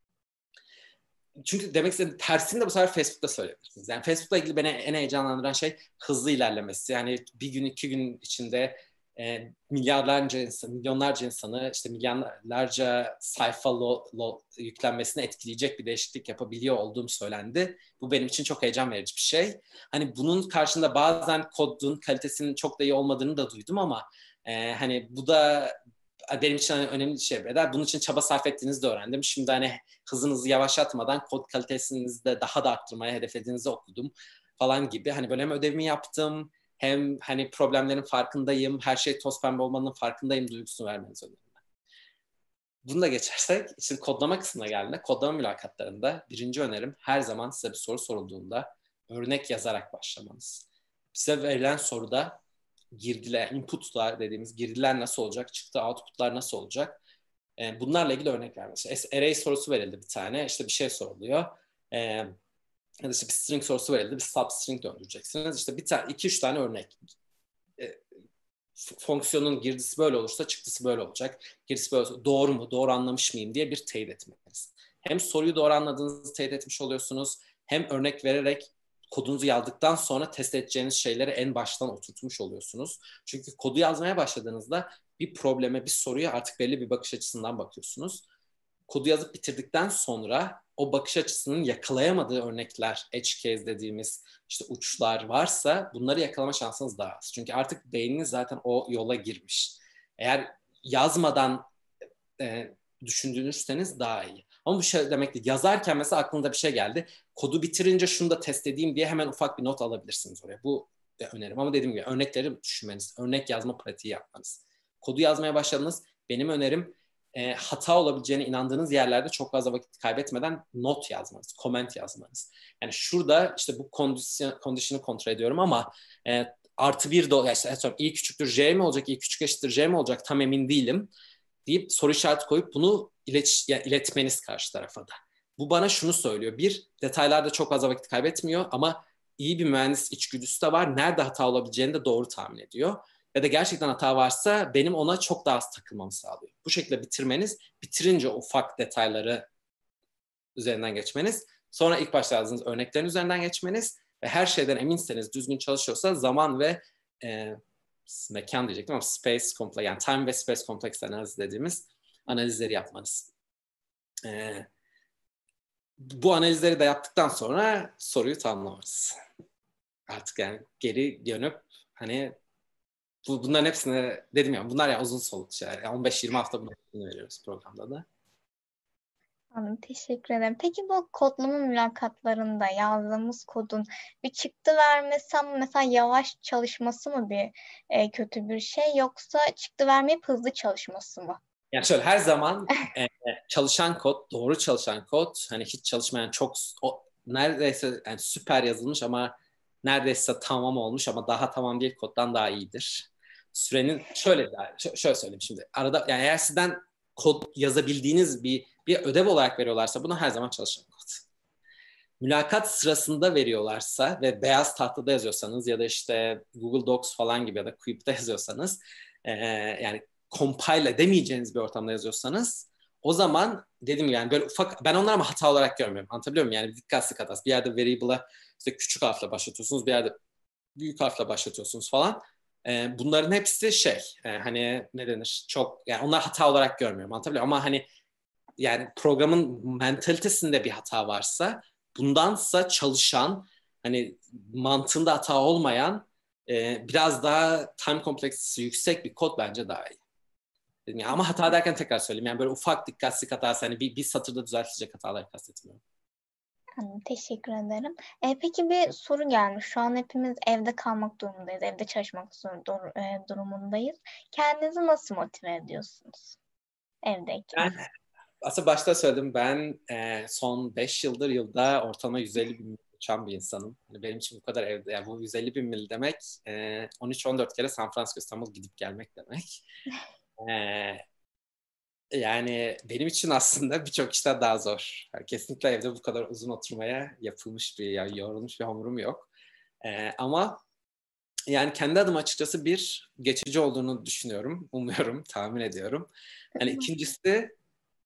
[SPEAKER 2] Çünkü demek istediğim tersini de bu sefer Facebook'ta söyleyebilirsiniz. Yani Facebook'la ilgili beni en heyecanlandıran şey hızlı ilerlemesi. Yani bir gün, 2 gün içinde milyarlarca insan, milyonlarca insanı işte milyarlarca sayfa yüklenmesine etkileyecek bir değişiklik yapabiliyor olduğum söylendi. Bu benim için çok heyecan verici bir şey. Hani bunun karşında bazen kodun kalitesinin çok da iyi olmadığını da duydum ama hani bu da benim için önemli bir şey. Bunun için çaba sarf ettiğinizi de öğrendim. Şimdi hani hızınızı yavaşlatmadan kod kalitesinizi de daha da arttırmaya hedeflediğinizi okudum falan gibi. Hani böyle hem ödevimi yaptım hem hani problemlerin farkındayım, her şey toz pembe olmanın farkındayım duygusunu vermenizi öneririm. Bunu da geçersek, şimdi kodlama kısmına geldiğinde, kodlama mülakatlarında birinci önerim her zaman size bir soru sorulduğunda örnek yazarak başlamanız. Size verilen soruda girdiler, inputlar dediğimiz girdiler nasıl olacak, çıktı outputlar nasıl olacak? Bunlarla ilgili örnek vermesi. Array sorusu verildi bir tane, işte bir şey soruluyor. Ya da işte bir string sorusu verildi, bir substring döndüreceksiniz. İşte bir tane, 2-3 tane örnek. Fonksiyonun girdisi böyle olursa çıktısı böyle olacak. Girdisi böyle olursa doğru mu, doğru anlamış mıyım diye bir teyit etmeniz. Hem soruyu doğru anladığınızı teyit etmiş oluyorsunuz, hem örnek vererek kodunuzu yazdıktan sonra test edeceğiniz şeyleri en baştan oturtmuş oluyorsunuz. Çünkü kodu yazmaya başladığınızda bir probleme, bir soruya artık belli bir bakış açısından bakıyorsunuz. Kodu yazıp bitirdikten sonra o bakış açısının yakalayamadığı örnekler, edge case dediğimiz işte uçlar varsa bunları yakalama şansınız daha az. Çünkü artık beyniniz zaten o yola girmiş. Eğer yazmadan düşündürürseniz daha iyi. Ama bu şey demek değil. Yazarken mesela aklınıza bir şey geldi. Kodu bitirince şunu da test edeyim diye hemen ufak bir not alabilirsiniz oraya. Bu önerim. Ama dediğim gibi örnekleri düşünmeniz, örnek yazma pratiği yapmanız. Kodu yazmaya başladınız. Benim önerim hata olabileceğine inandığınız yerlerde çok fazla vakit kaybetmeden not yazmanız, comment yazmanız. Yani şurada işte bu condition'ı kontrol ediyorum ama artı bir de işte, i küçüktür j mi olacak, i küçük eşittir j mi olacak tam emin değilim deyip soru işareti koyup bunu iletmeniz karşı tarafa da. Bu bana şunu söylüyor. Bir, detaylarda çok fazla vakit kaybetmiyor ama iyi bir mühendis içgüdüsü de var. Nerede hata olabileceğini de doğru tahmin ediyor. Ya da gerçekten hata varsa benim ona çok daha az takılmamı sağlıyor. Bu şekilde bitirmeniz, bitirince ufak detayları üzerinden geçmeniz, sonra ilk başta yazdığınız örneklerin üzerinden geçmeniz ve her şeyden eminseniz düzgün çalışıyorsa zaman ve mekan diyecektim ama space complex, yani time ve space complex analiz dediğimiz analizleri yapmanız. Bu analizleri de yaptıktan sonra soruyu tamamlamanız. Artık yani geri dönüp hani bunların hepsini dedim ya bunlar ya uzun soluklu şeyler. Yani 15-20 hafta bunu veriyoruz programda da.
[SPEAKER 1] Anladım, teşekkür ederim. Peki bu kodlama mülakatlarında yazdığımız kodun bir çıktı vermesi ama mesela yavaş çalışması mı bir kötü bir şey yoksa çıktı vermeyip hızlı çalışması mı?
[SPEAKER 2] Yani şöyle her zaman çalışan kod, doğru çalışan kod, hani hiç çalışmayan çok neredeyse yani süper yazılmış ama neredeyse tamam olmuş ama daha tamam değil koddan daha iyidir. Sürenin şöyle söyleyeyim şimdi. Arada yani eğer sizden kod yazabildiğiniz bir ödev olarak veriyorlarsa bunu her zaman çalışan kod. Mülakat sırasında veriyorlarsa ve beyaz tahtada yazıyorsanız ya da işte Google Docs falan gibi ya da Quip'te yazıyorsanız yani compile edemeyeceğiniz bir ortamda yazıyorsanız o zaman dedim yani böyle ufak ben onları ama hata olarak görmüyorum. Anlatabiliyor muyum? Yani dikkatsizlik hatası. Bir yerde variable'a işte küçük harfle başlatıyorsunuz, bir yerde büyük harfle başlatıyorsunuz falan. Bunların hepsi hani ne denir? Çok yani onlar hata olarak görmüyorum. Anlatabiliyor muyum? Ama hani yani programın mentalitesinde bir hata varsa bundansa çalışan hani mantığında hata olmayan biraz daha time kompleksitesi yüksek bir kod bence daha iyi. Yani ama hata derken tekrar söyleyeyim yani böyle ufak dikkatsizlik hatası hani bir satırda düzeltilecek hataları kastetmiyorum.
[SPEAKER 1] Teşekkür ederim. Peki bir soru gelmiş. Şu an hepimiz evde kalmak durumundayız. Evde çalışmak durumundayız. Kendinizi nasıl motive ediyorsunuz evdeyken?
[SPEAKER 2] Yani aslında başta söyledim ben son 5 yılda ortalama 150 bin mil uçan bir insanım. Yani benim için bu kadar evde yani bu 150 bin mil demek 13-14 kere San Francisco İstanbul gidip gelmek demek. Yani benim için aslında birçok işten daha zor. Yani kesinlikle evde bu kadar uzun oturmaya yapılmış yani yorulmuş bir hamurum yok. Ama Yani kendi adıma açıkçası bir geçici olduğunu düşünüyorum. Umuyorum, tahmin ediyorum. Yani ikincisi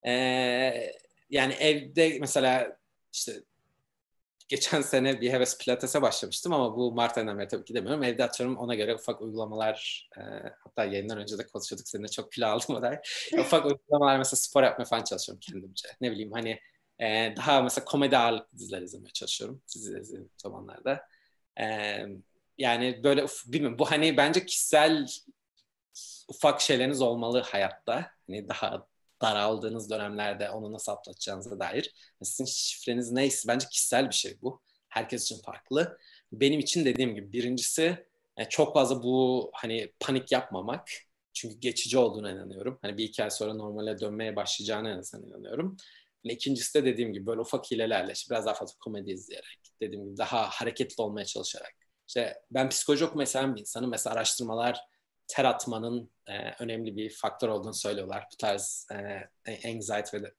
[SPEAKER 2] yani evde mesela işte geçen sene bir heves pilatese başlamıştım ama bu Mart ayından beri tabii ki demiyorum. Evde atıyorum ona göre ufak uygulamalar hatta yayından önce de konuşuyorduk seninle çok kilo aldım o da. Ufak uygulamalar mesela spor yapmaya falan çalışıyorum kendimce. Ne bileyim hani daha mesela komedi ağırlıklı diziler izlemeye çalışıyorum. Dizi izlediğim zamanlarda. E, Yani böyle bilmiyorum bu hani bence kişisel ufak şeyleriniz olmalı hayatta. Hani daha daraldığınız dönemlerde onu nasıl atlatacağınıza dair. Sizin şifreniz neyse bence kişisel bir şey bu. Herkes için farklı. Benim için dediğim gibi birincisi çok fazla bu hani panik yapmamak. Çünkü geçici olduğuna inanıyorum. Hani bir iki ay sonra normale dönmeye başlayacağına en azından inanıyorum. Yani ikincisi de dediğim gibi böyle ufak hilelerle işte biraz daha fazla komedi izleyerek, dediğim gibi daha hareketli olmaya çalışarak. İşte ben psikoloji okumayı seven bir insanım. Mesela araştırmalar ter atmanın önemli bir faktör olduğunu söylüyorlar. Bu tarz anxiety ve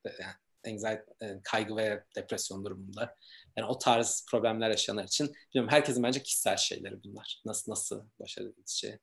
[SPEAKER 2] kaygı ve depresyon durumunda. Yani o tarz problemler yaşayanlar için bilmiyorum herkesin bence kişisel şeyleri bunlar. Nasıl baş edileceği.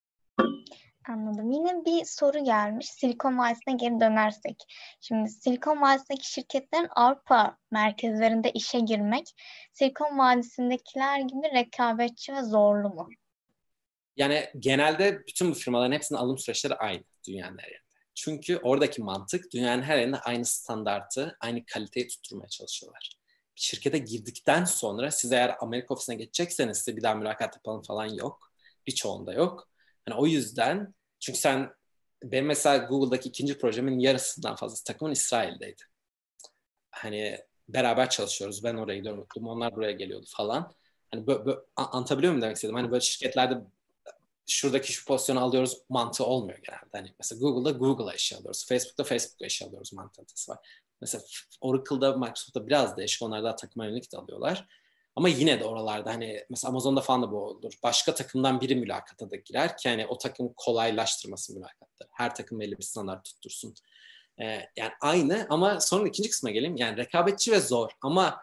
[SPEAKER 1] Anladım. Yine bir soru gelmiş. Silikon Vadisi'ne geri dönersek. Şimdi Silikon Vadisi'ndeki şirketlerin Avrupa merkezlerinde işe girmek, Silikon Vadisi'ndekiler gibi rekabetçi ve zorlu mu?
[SPEAKER 2] Yani genelde bütün bu firmaların hepsinin alım süreçleri aynı dünyanın her yerinde. Çünkü oradaki mantık dünyanın her yerinde aynı standartı, aynı kaliteyi tutturmaya çalışıyorlar. Bir şirkete girdikten sonra siz eğer Amerika ofisine geçecekseniz size bir daha mülakat yapalım falan yok. Birçoğunda yok. Hani o yüzden çünkü benim mesela Google'daki ikinci projemin yarısından fazlası takımın İsrail'deydi. Hani beraber çalışıyoruz. Ben oraya gidiyorum. Onlar buraya geliyordu falan. Hani anlatabiliyor muyum demek istedim? Hani böyle şirketlerde şuradaki şu pozisyonu alıyoruz mantığı olmuyor genelde. Hani mesela Google'da Google'a işe alıyoruz. Facebook'ta Facebook'a işe alıyoruz mantalitesi var. Mesela Oracle'da, Microsoft'ta biraz değişik. Onlar daha takıma yönelik de alıyorlar. Ama yine de oralarda hani mesela Amazon'da falan da bu olur. Başka takımdan biri mülakata da girer ki hani o takım kolaylaştırması mülakatları. Her takım belli bir standart tuttursun. Yani aynı ama sonra ikinci kısma geleyim. Yani rekabetçi ve zor ama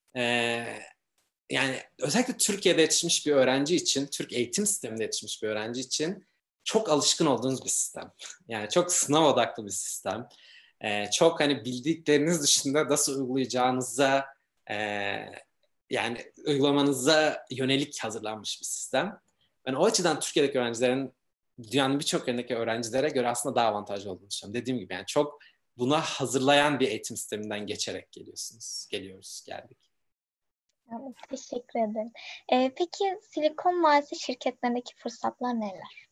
[SPEAKER 2] yani özellikle Türkiye'de yetişmiş bir öğrenci için, Türk eğitim sisteminde yetişmiş bir öğrenci için çok alışkın olduğunuz bir sistem. Yani çok sınav odaklı bir sistem. Çok hani bildikleriniz dışında nasıl uygulayacağınıza e, yani uygulamanıza yönelik hazırlanmış bir sistem. Ben o açıdan Türkiye'deki öğrencilerin dünyanın birçok yerindeki öğrencilere göre aslında daha avantajlı olduğunu düşünüyorum. Dediğim gibi yani çok buna hazırlayan bir eğitim sisteminden geçerek geldik.
[SPEAKER 1] Evet, teşekkür ederim. Peki Silikon Vadisi şirketlerindeki fırsatlar neler?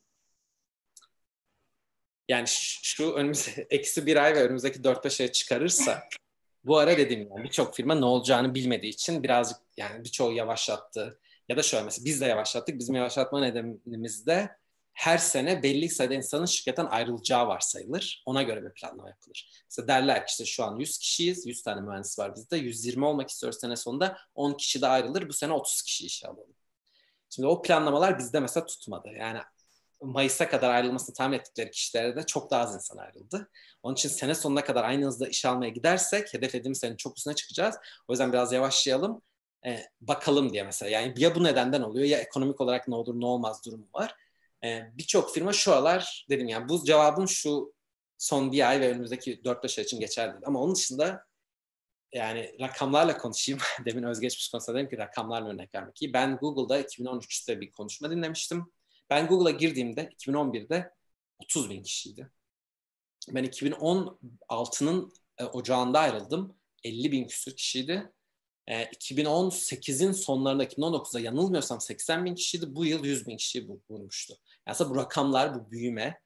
[SPEAKER 2] Yani şu önümüz eksi bir ay ve önümüzdeki 4-5 ay çıkarırsa bu ara dediğim gibi birçok firma ne olacağını bilmediği için birazcık yani birçoğu yavaşlattı. Ya da şöyle mesela biz de yavaşlattık. Bizim yavaşlatma nedenimiz de her sene belli sayıda insanın şirketten ayrılacağı varsayılır. Ona göre bir planlama yapılır. Mesela derler ki işte şu an 100 kişiyiz. 100 tane mühendis var bizde. 120 olmak istiyoruz sene sonunda. 10 kişi de ayrılır. Bu sene 30 kişi işe alalım. Şimdi o planlamalar bizde mesela tutmadı. Yani Mayıs'a kadar ayrılmasını tahmin ettikleri kişilere de çok daha az insan ayrıldı. Onun için sene sonuna kadar aynı hızda iş almaya gidersek hedeflediğimiz senenin çok üstüne çıkacağız. O yüzden biraz yavaşlayalım. Bakalım diye mesela. Yani ya bu nedenden oluyor ya ekonomik olarak ne olur ne olmaz durumu var. Birçok firma şu aralar dedim yani bu cevabım şu son bir ay ve önümüzdeki 4-5 ay için geçerli. Ama onun dışında yani rakamlarla konuşayım. Demin özgeçmiş konusunda dedim ki rakamlarla örnek vermek iyi. Ben Google'da 2013'te bir konuşma dinlemiştim. Ben Google'a girdiğimde 2011'de 30 bin kişiydi. Ben 2016'nın ocağında ayrıldım. 50 bin küsur kişiydi. 2018'in sonlarında 2019'da yanılmıyorsam 80 bin kişiydi. Bu yıl 100 bin kişiyi vurmuştu. Yani aslında bu rakamlar, bu büyüme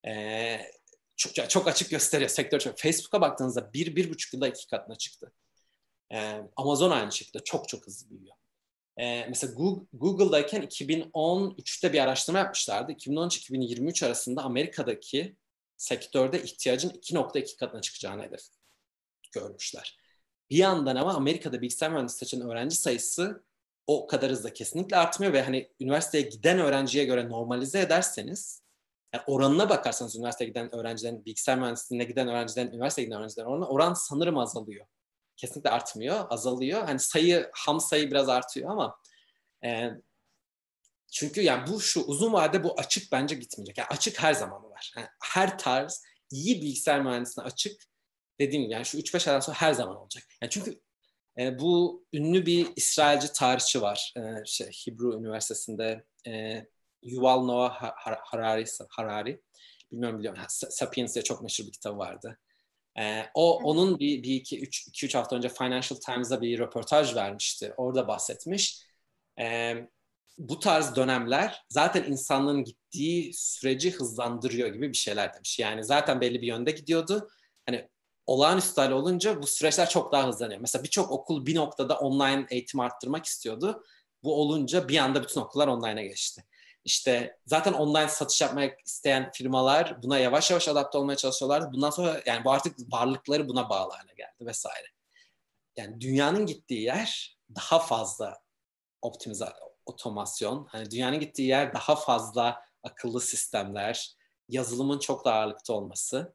[SPEAKER 2] çok açık gösteriyor sektör. Facebook'a baktığınızda 1-1,5 yılda 2 katına çıktı. Amazon aynı şekilde çok hızlı büyüyor. Mesela Google'dayken 2013'te bir araştırma yapmışlardı. 2013-2023 arasında Amerika'daki sektörde ihtiyacın 2,2 katına çıkacağını hedef görmüşler. Bir yandan ama Amerika'da bilgisayar mühendisliği seçen öğrenci sayısı o kadar hızla kesinlikle artmıyor ve hani üniversiteye giden öğrenciye göre normalize ederseniz yani oranına bakarsanız üniversiteye giden öğrencilerin bilgisayar mühendisliğine giden öğrencilerin üniversiteye giden öğrencilerin oran sanırım azalıyor. Kesinlikle artmıyor, azalıyor. Hani ham sayı biraz artıyor ama e, Çünkü yani bu şu uzun vadede bu açık bence gitmeyecek. Yani açık her zaman var. Yani her tarz iyi bilgisayar mühendisliğine açık dediğim gibi yani şu 3-5 aydan sonra her zaman olacak. Yani çünkü bu ünlü bir İsrailci tarihçi var. Hebrew Üniversitesi'nde Yuval Noah Harari. Bilmiyorum biliyor musun? Sapiens diye çok meşhur bir kitabı vardı. Onun bir iki üç hafta önce Financial Times'da bir röportaj vermişti. Orada bahsetmiş. Bu tarz dönemler zaten insanlığın gittiği süreci hızlandırıyor gibi bir şeyler demiş. Yani zaten belli bir yönde gidiyordu. Hani olağanüstü hal olunca bu süreçler çok daha hızlanıyor. Mesela birçok okul bir noktada online eğitim arttırmak istiyordu. Bu olunca bir anda bütün okullar online'a geçti. İşte zaten online satış yapmak isteyen firmalar buna yavaş yavaş adapte olmaya çalışıyorlardı. Bundan sonra yani bu artık varlıkları buna bağlı hale geldi vesaire. Yani dünyanın gittiği yer daha fazla otomasyon. Hani dünyanın gittiği yer daha fazla akıllı sistemler, yazılımın çok daha ağırlıkta olması.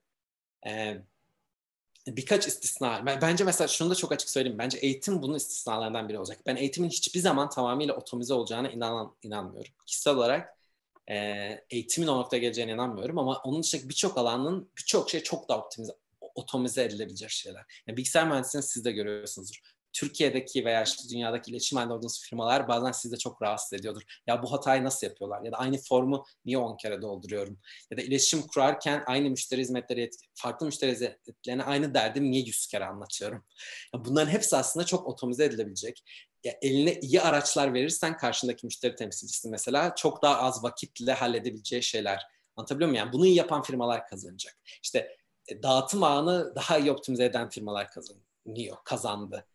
[SPEAKER 2] Birkaç istisna. Bence mesela şunu da çok açık söyleyeyim. Bence eğitim bunun istisnalarından biri olacak. Ben eğitimin hiçbir zaman tamamıyla otomize olacağına inanmıyorum. Kişisel olarak eğitimin o noktaya geleceğine inanmıyorum ama onun dışında birçok alanın birçok şey çok daha otomize edilebilecek şeyler. Yani bilgisayar mühendisliğini siz de görüyorsunuzdur. Türkiye'deki veya işte dünyadaki iletişim halinde olduğunuz firmalar bazen sizi de çok rahatsız ediyordur. Ya bu hatayı nasıl yapıyorlar? Ya da aynı formu niye 10 kere dolduruyorum? Ya da iletişim kurarken aynı müşteri hizmetleri, farklı müşteri hizmetlerine aynı derdimi niye 100 kere anlatıyorum? Ya bunların hepsi aslında çok otomize edilebilecek. Ya eline iyi araçlar verirsen karşındaki müşteri temsilcisi mesela çok daha az vakitle halledebileceği şeyler. Anlatabiliyor muyum? Yani bunu iyi yapan firmalar kazanacak. İşte dağıtım ağını daha iyi optimize eden firmalar kazandı.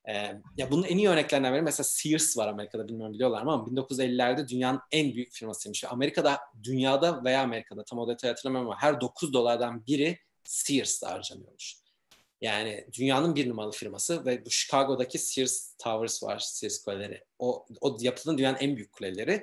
[SPEAKER 2] Ya bunun en iyi örneklerinden biri mesela Sears var Amerika'da, bilmiyorum biliyorlar mı ama 1950'lerde dünyanın en büyük firmasıymış. Amerika'da, dünyada veya Amerika'da tam o detayı hatırlamıyorum ama her 9 dolardan biri Sears'ta harcanıyormuş. Yani dünyanın bir numaralı firması ve bu Chicago'daki Sears Towers var, Sears kuleleri. O yapılan dünyanın en büyük kuleleri.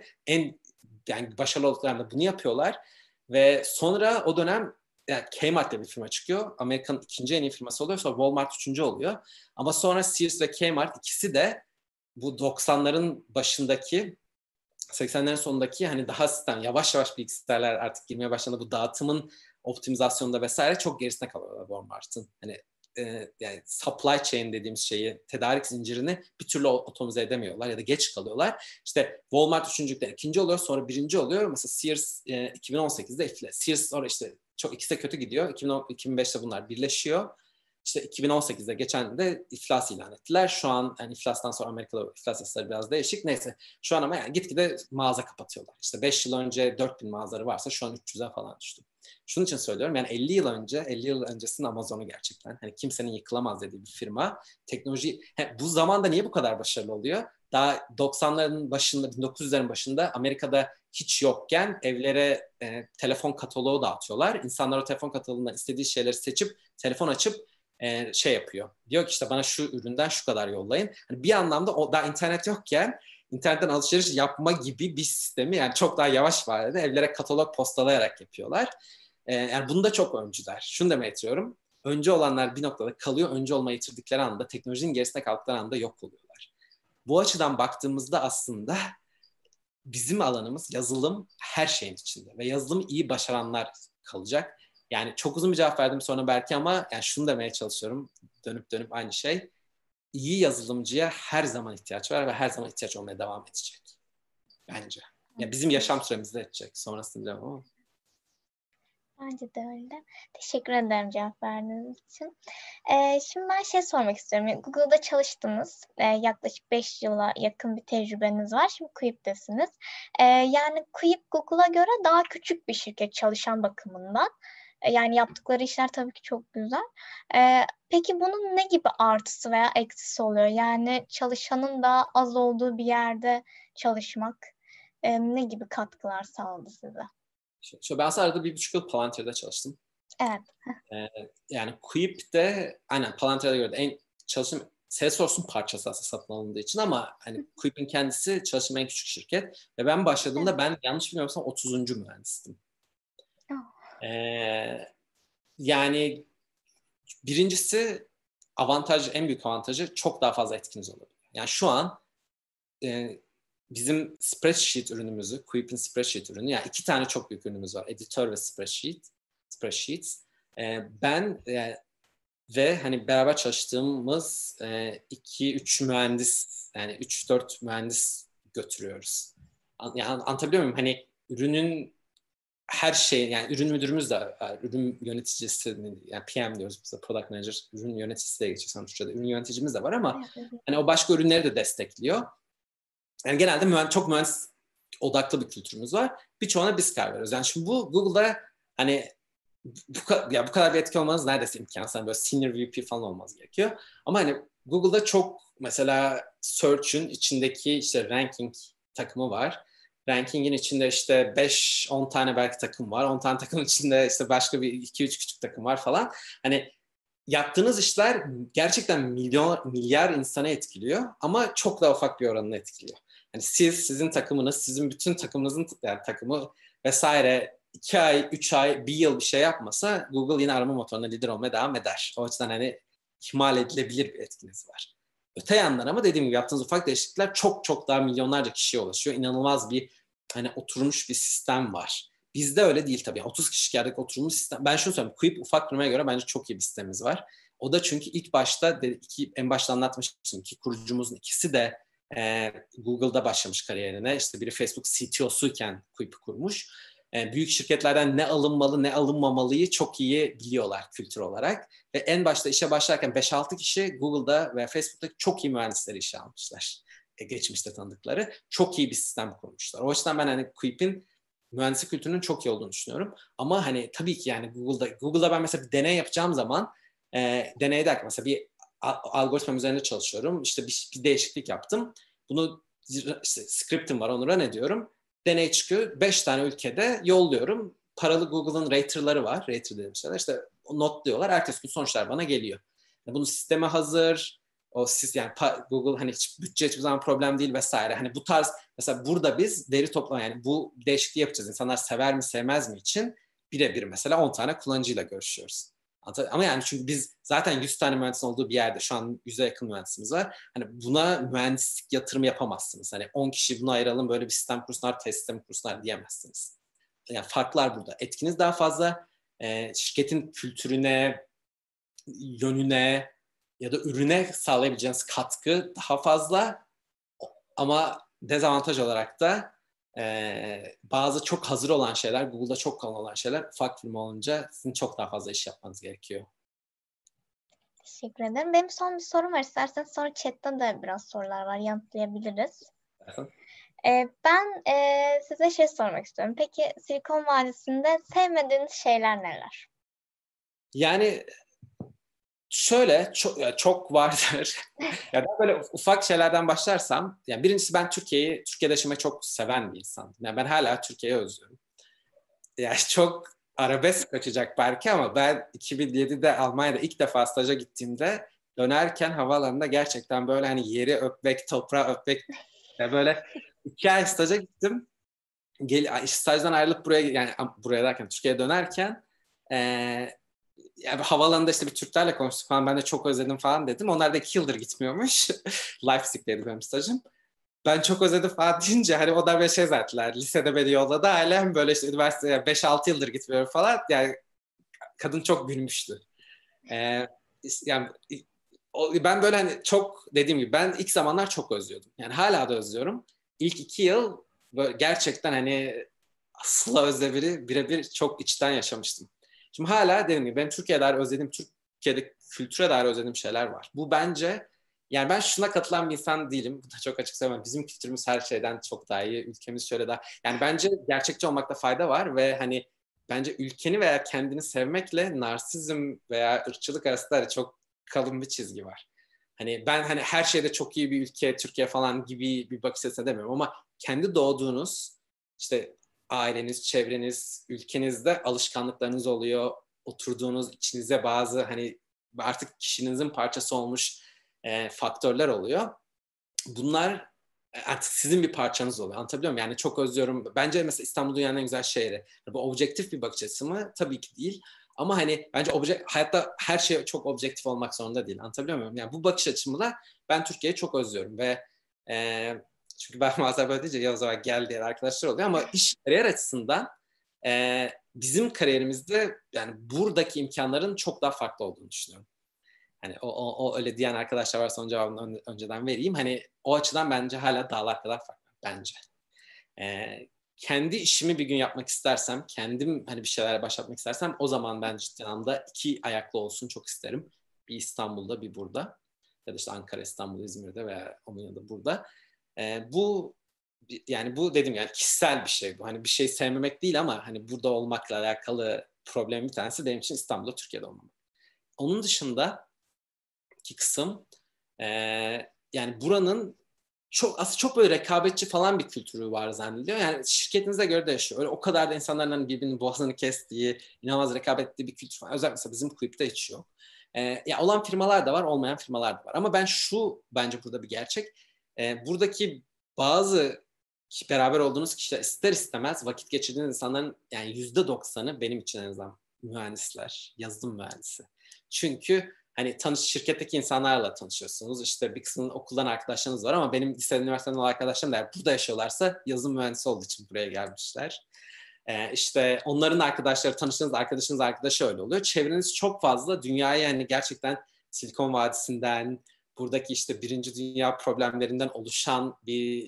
[SPEAKER 2] Yani başarılı olduklarında bunu yapıyorlar ve sonra o dönem yani Kmart diye bir firma çıkıyor. Amerika'nın ikinci en iyi firması oluyor. Sonra Walmart üçüncü oluyor. Ama sonra Sears ve Kmart ikisi de bu 90'ların başındaki 80'lerin sonundaki hani daha sistem yavaş yavaş bilgisayarlar artık girmeye başladı. Bu dağıtımın optimizasyonunda vesaire çok gerisine kalıyorlar Walmart'ın. Hani yani supply chain dediğimiz şeyi, tedarik zincirini bir türlü otomize edemiyorlar ya da geç kalıyorlar. İşte Walmart üçüncülükten ikinci oluyor, sonra birinci oluyor. Mesela Sears 2018'de iflas. Sears sonra işte çok ikisi de kötü gidiyor. 2005'te bunlar birleşiyor. İşte 2018'de geçen de iflas ilan ettiler. Şu an yani iflastan sonra Amerika'da iflas yasaları biraz değişik. Neyse şu an ama yani gitgide mağaza kapatıyorlar. İşte 5 yıl önce 4000 mağazaları varsa şu an 300'e falan düştü. Şunun için söylüyorum yani 50 yıl öncesinin Amazon'u gerçekten. Hani kimsenin yıkılamaz dediği bir firma. Teknoloji bu zamanda niye bu kadar başarılı oluyor? Daha 90'ların başında, 1900'lerin başında Amerika'da hiç yokken evlere telefon kataloğu dağıtıyorlar. İnsanlar o telefon kataloğundan istediği şeyleri seçip telefon açıp şey yapıyor. Diyor ki işte bana şu üründen şu kadar yollayın. Hani bir anlamda daha internet yokken internetten alışveriş yapma gibi bir sistemi yani çok daha yavaş vadede evlere katalog postalayarak yapıyorlar. Yani bunda çok öncüler. Şunu demeye getiriyorum. Önce olanlar bir noktada kalıyor. Önce olmayı yitirdikleri anda, teknolojinin gerisine kaldıkları anda yok oluyorlar. Bu açıdan baktığımızda aslında bizim alanımız yazılım her şeyin içinde ve yazılımı iyi başaranlar kalacak. Yani çok uzun bir cevap verdim sonra belki ama yani şunu demeye çalışıyorum. Dönüp dönüp aynı şey. İyi yazılımcıya her zaman ihtiyaç var ve her zaman ihtiyaç olmaya devam edecek. Bence. Yani bizim yaşam süremizde edecek. Sonrasını bilemem ama.
[SPEAKER 1] Bence de öyle. Teşekkür ederim cevap verdiğiniz için. Şimdi ben şey sormak istiyorum. Google'da çalıştınız. Yaklaşık 5 yıla yakın bir tecrübeniz var. Şimdi Quip'tesiniz. Yani Quip Google'a göre daha küçük bir şirket çalışan bakımından. Yani yaptıkları işler tabii ki çok güzel. Peki bunun ne gibi artısı veya eksisi oluyor? Yani çalışanın daha az olduğu bir yerde çalışmak ne gibi katkılar sağladı size?
[SPEAKER 2] Ben arada 1,5 yıl Palantir'de çalıştım.
[SPEAKER 1] Evet.
[SPEAKER 2] Yani Quip'te aynen Palantir'de göre de en çalıştığım Salesforce'un parçası aslında satın alındığı için ama hani Quip'in kendisi çalıştığım en küçük şirket ve ben başladığımda ben yanlış bilmiyorsam 30. mühendistim. Yani birincisi en büyük avantajı çok daha fazla etkiniz olabilir. Yani şu an bizim spreadsheet ürünümüzü, Quip'in spreadsheet ürünü, yani 2 tane çok büyük ürünümüz var. Editör ve spreadsheets. Ben ve hani beraber çalıştığımız 2-3 mühendis, yani 3-4 mühendis götürüyoruz. Yani anlatabiliyor muyum? Hani ürünün her şey, yani ürün müdürümüz de, ürün yöneticisi, yani PM diyoruz biz de, product manager, ürün yöneticisi diye geçiyor sanırım Türkçe'de. Ürün yöneticimiz de var ama hani o başka ürünleri de destekliyor. Yani genelde çok mühendis odaklı bir kültürümüz var. Birçoğuna biz karar veriyoruz. Yani şimdi bu Google'da hani bu kadar bir etki olmanız neredeyse imkansız. Yani böyle senior VP falan olmaz gerekiyor. Ama hani Google'da çok, mesela Search'ün içindeki işte ranking takımı var. Rankingin içinde işte 5-10 tane belki takım var. 10 tane takımın içinde işte başka bir 2-3 küçük takım var falan. Hani yaptığınız işler gerçekten milyar insanı etkiliyor ama çok daha ufak bir oranını etkiliyor. Yani sizin takımınız, sizin bütün takımınızın yani takımı vesaire 2 ay, 3 ay, 1 yıl bir şey yapmasa Google yine arama motoruna lider olmaya devam eder. O açıdan hani ihmal edilebilir bir etkiniz var. Öte yandan ama dediğim gibi yaptığınız ufak değişiklikler çok çok daha milyonlarca kişiye ulaşıyor. İnanılmaz bir hani oturmuş bir sistem var. Bizde öyle değil tabii. 30 kişi yerdeki oturmuş sistem. Ben şunu söyleyeyim. Quip ufak firmaya göre bence çok iyi bir sistemimiz var. O da çünkü ilk başta en başta anlatmıştım ki kurucumuzun ikisi de Google'da başlamış kariyerine. İşte biri Facebook CTO'suyken Quip'i kurmuş. Büyük şirketlerden ne alınmalı ne alınmamalıyı çok iyi biliyorlar kültür olarak. Ve en başta işe başlarken 5-6 kişi Google'da ve Facebook'ta çok iyi mühendisleri işe almışlar. Geçmişte tanıdıkları. Çok iyi bir sistem kurmuşlar. O yüzden ben hani Quip'in mühendislik kültürünün çok iyi olduğunu düşünüyorum. Ama hani tabii ki yani Google'da ben mesela bir deney yapacağım zaman deney derken mesela bir algoritma üzerinde çalışıyorum. İşte bir değişiklik yaptım. Bunu işte script'im var, onu run ediyorum. Deney çıkıyor. 5 tane ülkede yolluyorum. Paralı Google'ın rater'ları var. Rater dediğim şeyler. İşte notluyorlar. Ertesi gün sonuçlar bana geliyor. Yani bunun sisteme hazır. Yani Google hani bütçe hiçbir zaman problem değil vesaire. Hani bu tarz mesela burada biz veri toplama, yani bu değişikliği yapacağız. İnsanlar sever mi sevmez mi için birebir mesela 10 tane kullanıcıyla görüşüyoruz. Ama yani çünkü biz zaten 100 tane mühendisin olduğu bir yerde şu an 100'e yakın mühendisimiz var. Hani buna mühendislik yatırımı yapamazsınız. Hani 10 kişi bunu ayıralım, böyle bir sistem kursunlar, test sistemi kursunlar diyemezsiniz. Yani farklar burada. Etkiniz daha fazla. Şirketin kültürüne, yönüne ya da ürüne sağlayabileceğiniz katkı daha fazla. Ama dezavantaj olarak da bazı çok hazır olan şeyler, Google'da çok kalın olan şeyler ufak firma olunca sizin çok daha fazla iş yapmanız gerekiyor.
[SPEAKER 1] Teşekkür ederim. Benim son bir sorum var. İsterseniz sonra chatte de biraz sorular var. Yanıtlayabiliriz. Ben size şey sormak istiyorum. Peki Silikon Vadisi'nde sevmediğiniz şeyler neler?
[SPEAKER 2] Yani şöyle çok vardır. Ya ben böyle ufak şeylerden başlarsam, yani birincisi ben Türkiye'de yaşamayı çok seven bir insanım. Yani ben hala Türkiye'yi özlüyorum. Yani çok arabesk kaçacak belki ama ben 2007'de Almanya'da ilk defa staja gittiğimde dönerken havaalanında gerçekten böyle hani yeri öpmek, toprağı öpmek, yani böyle 2 ay staja gittim. Stajdan ayrılıp buraya derken Türkiye'ye dönerken yani havaalanında işte bir Türklerle konuştuk falan, ben de çok özledim falan dedim. Onlar da 2 yıldır gitmiyormuş. Leipzig'teydi benim stajım. Ben çok özledim falan deyince hani o da bir şey zannettiler. Lisede beni yolladı. Hala böyle işte üniversiteye 5-6 yıldır gitmiyorum falan. Yani kadın çok gülmüştü. Ee, yani ben böyle hani çok dediğim gibi ben ilk zamanlar çok özlüyordum. Yani hala da özlüyorum. İlk 2 yıl böyle gerçekten hani asla özlemini birebir çok içten yaşamıştım. Şimdi hala dediğim gibi benim Türkiye'ye dair özlediğim, Türkiye'de kültüre dair özlediğim şeyler var. Bu bence, yani ben şuna katılan bir insan değilim. Bu da çok açık söyleyeyim. Bizim kültürümüz her şeyden çok daha iyi. Ülkemiz şöyle daha. Yani bence gerçekçi olmakta fayda var ve hani bence ülkeni veya kendini sevmekle narsizm veya ırkçılık arasında çok kalın bir çizgi var. Hani ben hani her şeyde çok iyi bir ülke, Türkiye falan gibi bir bakış açısına demiyorum ama kendi doğduğunuz işte aileniz, çevreniz, ülkenizde alışkanlıklarınız oluyor. Oturduğunuz içinize bazı hani artık kişinizin parçası olmuş faktörler oluyor. Bunlar artık sizin bir parçanız oluyor. Anlatabiliyor muyum? Yani çok özlüyorum. Bence mesela İstanbul dünyanın en güzel şehri. Bu objektif bir bakış açısı mı? Tabii ki değil. Ama hani bence hayatta her şey çok objektif olmak zorunda değil. Anlatabiliyor muyum? Yani bu bakış açımla ben Türkiye'yi çok özlüyorum ve Çünkü ben bazen böyle deyince ya o zaman gel diyen arkadaşlar oluyor ama iş kariyer açısından bizim kariyerimizde yani buradaki imkanların çok daha farklı olduğunu düşünüyorum. Hani o öyle diyen arkadaşlar varsa onun cevabını önceden vereyim. Hani o açıdan bence hala dağlar kadar farklı bence. Kendi işimi bir gün yapmak istersem, kendim hani bir şeyler başlatmak istersem o zaman ben ciddi anlamda iki ayaklı olsun çok isterim. Bir İstanbul'da, bir burada. Ya da işte Ankara, İstanbul, İzmir'de veya onun yanında burada. Bu yani bu dedim yani kişisel bir şey bu. Hani bir şey sevmemek değil ama hani burada olmakla alakalı problem bir tanesi benim için İstanbul'da, Türkiye'de olmam. Onun dışında ki kısım e, yani buranın aslında çok böyle rekabetçi falan bir kültürü var zannediliyor. Yani şirketinize göre de yaşıyor. Öyle o kadar da insanların hani birbirinin boğazını kestiği, inanılmaz rekabet ettiği bir kültür var. Özellikle mesela bizim kulüpte hiç yok. Ya olan firmalar da var, olmayan firmalar da var. Ama ben bence burada bir gerçek. Buradaki bazı beraber olduğunuz kişiler ister istemez vakit geçirdiğiniz insanların yani %90'ı benim için en azından mühendisler, yazılım mühendisi. Çünkü hani şirketteki insanlarla tanışıyorsunuz. İşte bir kısmının okuldan arkadaşlarınız var ama benim liseden, üniversiteden olan arkadaşlarım da burada yaşıyorlarsa yazılım mühendisi olduğu için buraya gelmişler. İşte onların arkadaşları, tanıştığınız arkadaşınız arkadaşı öyle oluyor. Çevreniz çok fazla dünyayı hani gerçekten Silikon Vadisi'nden, buradaki işte birinci dünya problemlerinden oluşan bir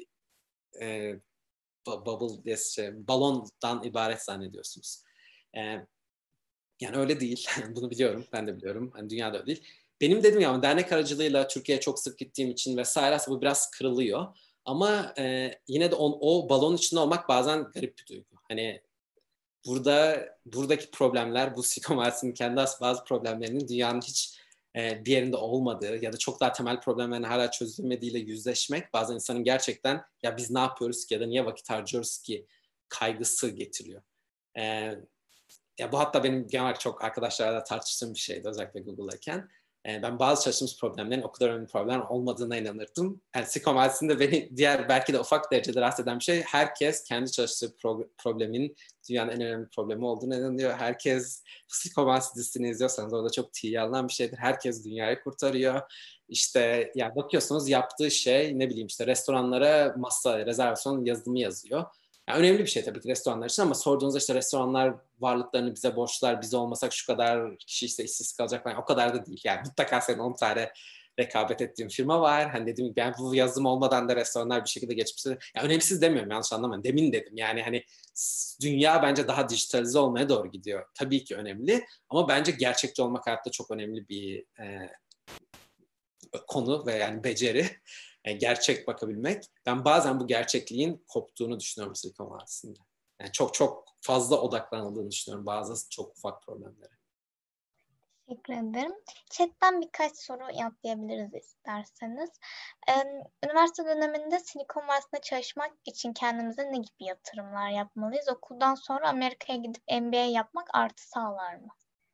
[SPEAKER 2] bubble, balondan ibaret zannediyorsunuz. Yani öyle değil. Bunu biliyorum. Ben de biliyorum. Hani dünyada öyle değil. Benim dedim ya dernek aracılığıyla Türkiye'ye çok sık gittiğim için vesaire aslında bu biraz kırılıyor. Ama yine de o balon içinde olmak bazen garip bir duygu. Hani buradaki problemler, bu Silikon Vadisi'nin kendi bazı problemlerinin dünyanın hiç bir yerinde olmadığı ya da çok daha temel problemlerin hala çözülmediğiyle yüzleşmek bazen insanın gerçekten ya biz ne yapıyoruz ki ya da niye vakit harcıyoruz ki kaygısı getiriyor. E, Ya bu hatta benim genel olarak çok arkadaşlarla tartıştığım bir şeydi özellikle Google'dayken. Ben bazı çalıştığımız problemlerin o kadar önemli problem olmadığına inanırdım. Yani Silikon Vadisi'nde beni diğer belki de ufak derecede rahatsız eden bir şey herkes kendi çalıştığı problemin dünyanın en önemli problemi olduğunu inanıyor. Herkes Silikon Vadisi dizisini izliyorsanız orada çok tiye alınan bir şeydir. Herkes dünyayı kurtarıyor. İşte yani bakıyorsunuz yaptığı şey ne bileyim işte restoranlara masa rezervasyon yazılımı yazıyor. Yani önemli bir şey tabii ki restoranlar için ama sorduğunuzda işte restoranlar varlıklarını bize borçlar, biz olmasak şu kadar kişi işte işsiz kalacak falan o kadar da değil. Yani mutlaka senin 10 tane rekabet ettiğim firma var. Hani dediğim gibi ben bu yazılım olmadan da restoranlar bir şekilde geçmişse. Yani önemsiz demiyorum yanlış anlamayın. Demin dedim yani hani dünya bence daha dijitalize olmaya doğru gidiyor. Tabii ki önemli ama bence gerçekçi olmak hayatta çok önemli bir konu ve yani beceri. Gerçek bakabilmek. Ben bazen bu gerçekliğin koptuğunu düşünüyorum Silikon Vadisi'nde. Yani çok çok fazla odaklanıldığını düşünüyorum bazı çok ufak problemlere.
[SPEAKER 1] Teşekkür ederim. Chat'ten birkaç soru yanıtlayabiliriz isterseniz. Üniversite döneminde Silikon Vadisi'nde çalışmak için kendimize ne gibi yatırımlar yapmalıyız? Okuldan sonra Amerika'ya gidip MBA yapmak artı sağlar mı?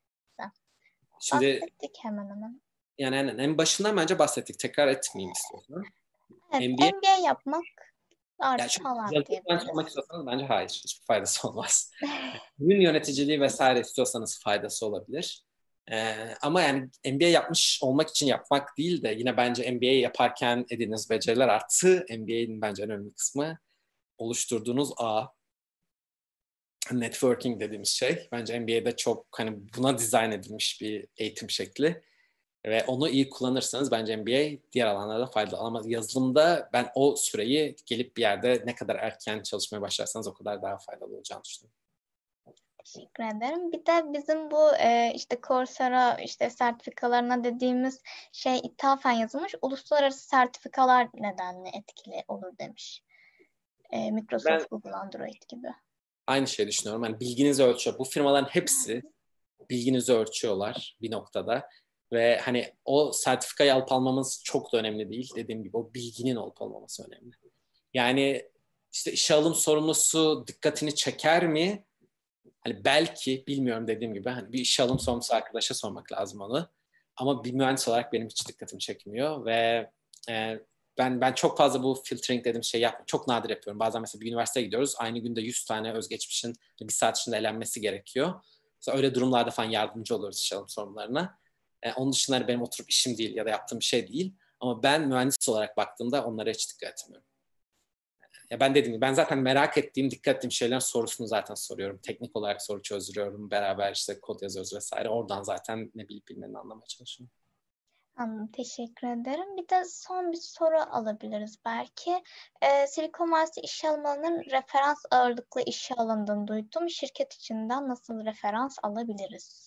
[SPEAKER 2] Şimdi
[SPEAKER 1] Bahsettik hemen hemen.
[SPEAKER 2] yani en başından bence bahsettik. Tekrar etmeyeyim istiyorsan.
[SPEAKER 1] Evet,
[SPEAKER 2] MBA
[SPEAKER 1] MBA yapmak
[SPEAKER 2] yani
[SPEAKER 1] artı
[SPEAKER 2] çok
[SPEAKER 1] sağlar
[SPEAKER 2] yazılım mühendisi olmak
[SPEAKER 1] diyebiliriz.
[SPEAKER 2] istiyorsanız bence hayır. Hiçbir faydası olmaz. Ürün yöneticiliği vesaire istiyorsanız faydası olabilir. Ama yani MBA yapmış olmak için yapmak değil de yine bence MBA yaparken edindiğiniz beceriler artı MBA'nin bence en önemli kısmı oluşturduğunuz ağ, networking dediğimiz şey. Bence MBA'de çok hani buna dizayn edilmiş bir eğitim şekli. Ve onu iyi kullanırsanız bence MBA diğer alanlarda faydalı. Ama yazılımda ben o süreyi gelip bir yerde ne kadar erken çalışmaya başlarsanız o kadar daha faydalı olacağını düşünüyorum.
[SPEAKER 1] Teşekkür ederim. Bir de bizim bu işte Coursera işte sertifikalarına dediğimiz şey ithafen yazılmış. Uluslararası sertifikalar nedenle etkili olur demiş.
[SPEAKER 2] Ben
[SPEAKER 1] Microsoft, Google, Android gibi.
[SPEAKER 2] aynı şeyi düşünüyorum. Yani bilginizi ölçüyor. Bu firmaların hepsi bilginizi ölçüyorlar bir noktada. Ve hani o sertifikayı alıp almamız çok da önemli değil. Dediğim gibi o bilginin olup olmaması önemli. Yani işte işe alım sorumlusu dikkatini çeker mi? Hani belki bilmiyorum dediğim gibi hani bir işe alım sorumlusu arkadaşa sormak lazım onu. Ama bir mühendis olarak benim hiç dikkatimi çekmiyor ve e, ben çok fazla bu filtering dediğim şey çok nadir yapıyorum. Bazen mesela bir üniversiteye gidiyoruz. Aynı günde 100 tane özgeçmişin bir saat içinde elenmesi gerekiyor. Mesela öyle durumlarda falan yardımcı oluyoruz işe alım sorumlularına. Onun dışında hani benim oturup işim değil ya da yaptığım bir şey değil. Ama ben mühendis olarak baktığımda onlara hiç dikkat etmiyorum. Ya ben dediğim gibi ben zaten merak ettiğim, dikkat ettiğim şeylerin sorusunu zaten soruyorum. Teknik olarak soru çözdürüyorum. Beraber işte kod yazıyoruz vesaire. Oradan zaten ne bilip bilmediğini anlamaya çalışıyorum.
[SPEAKER 1] Anladım, teşekkür ederim. Bir de son bir soru alabiliriz belki. Silikon Vadisi işe alımlarının referans ağırlıklı işe alındığını duydum. Şirket içinden nasıl referans alabiliriz?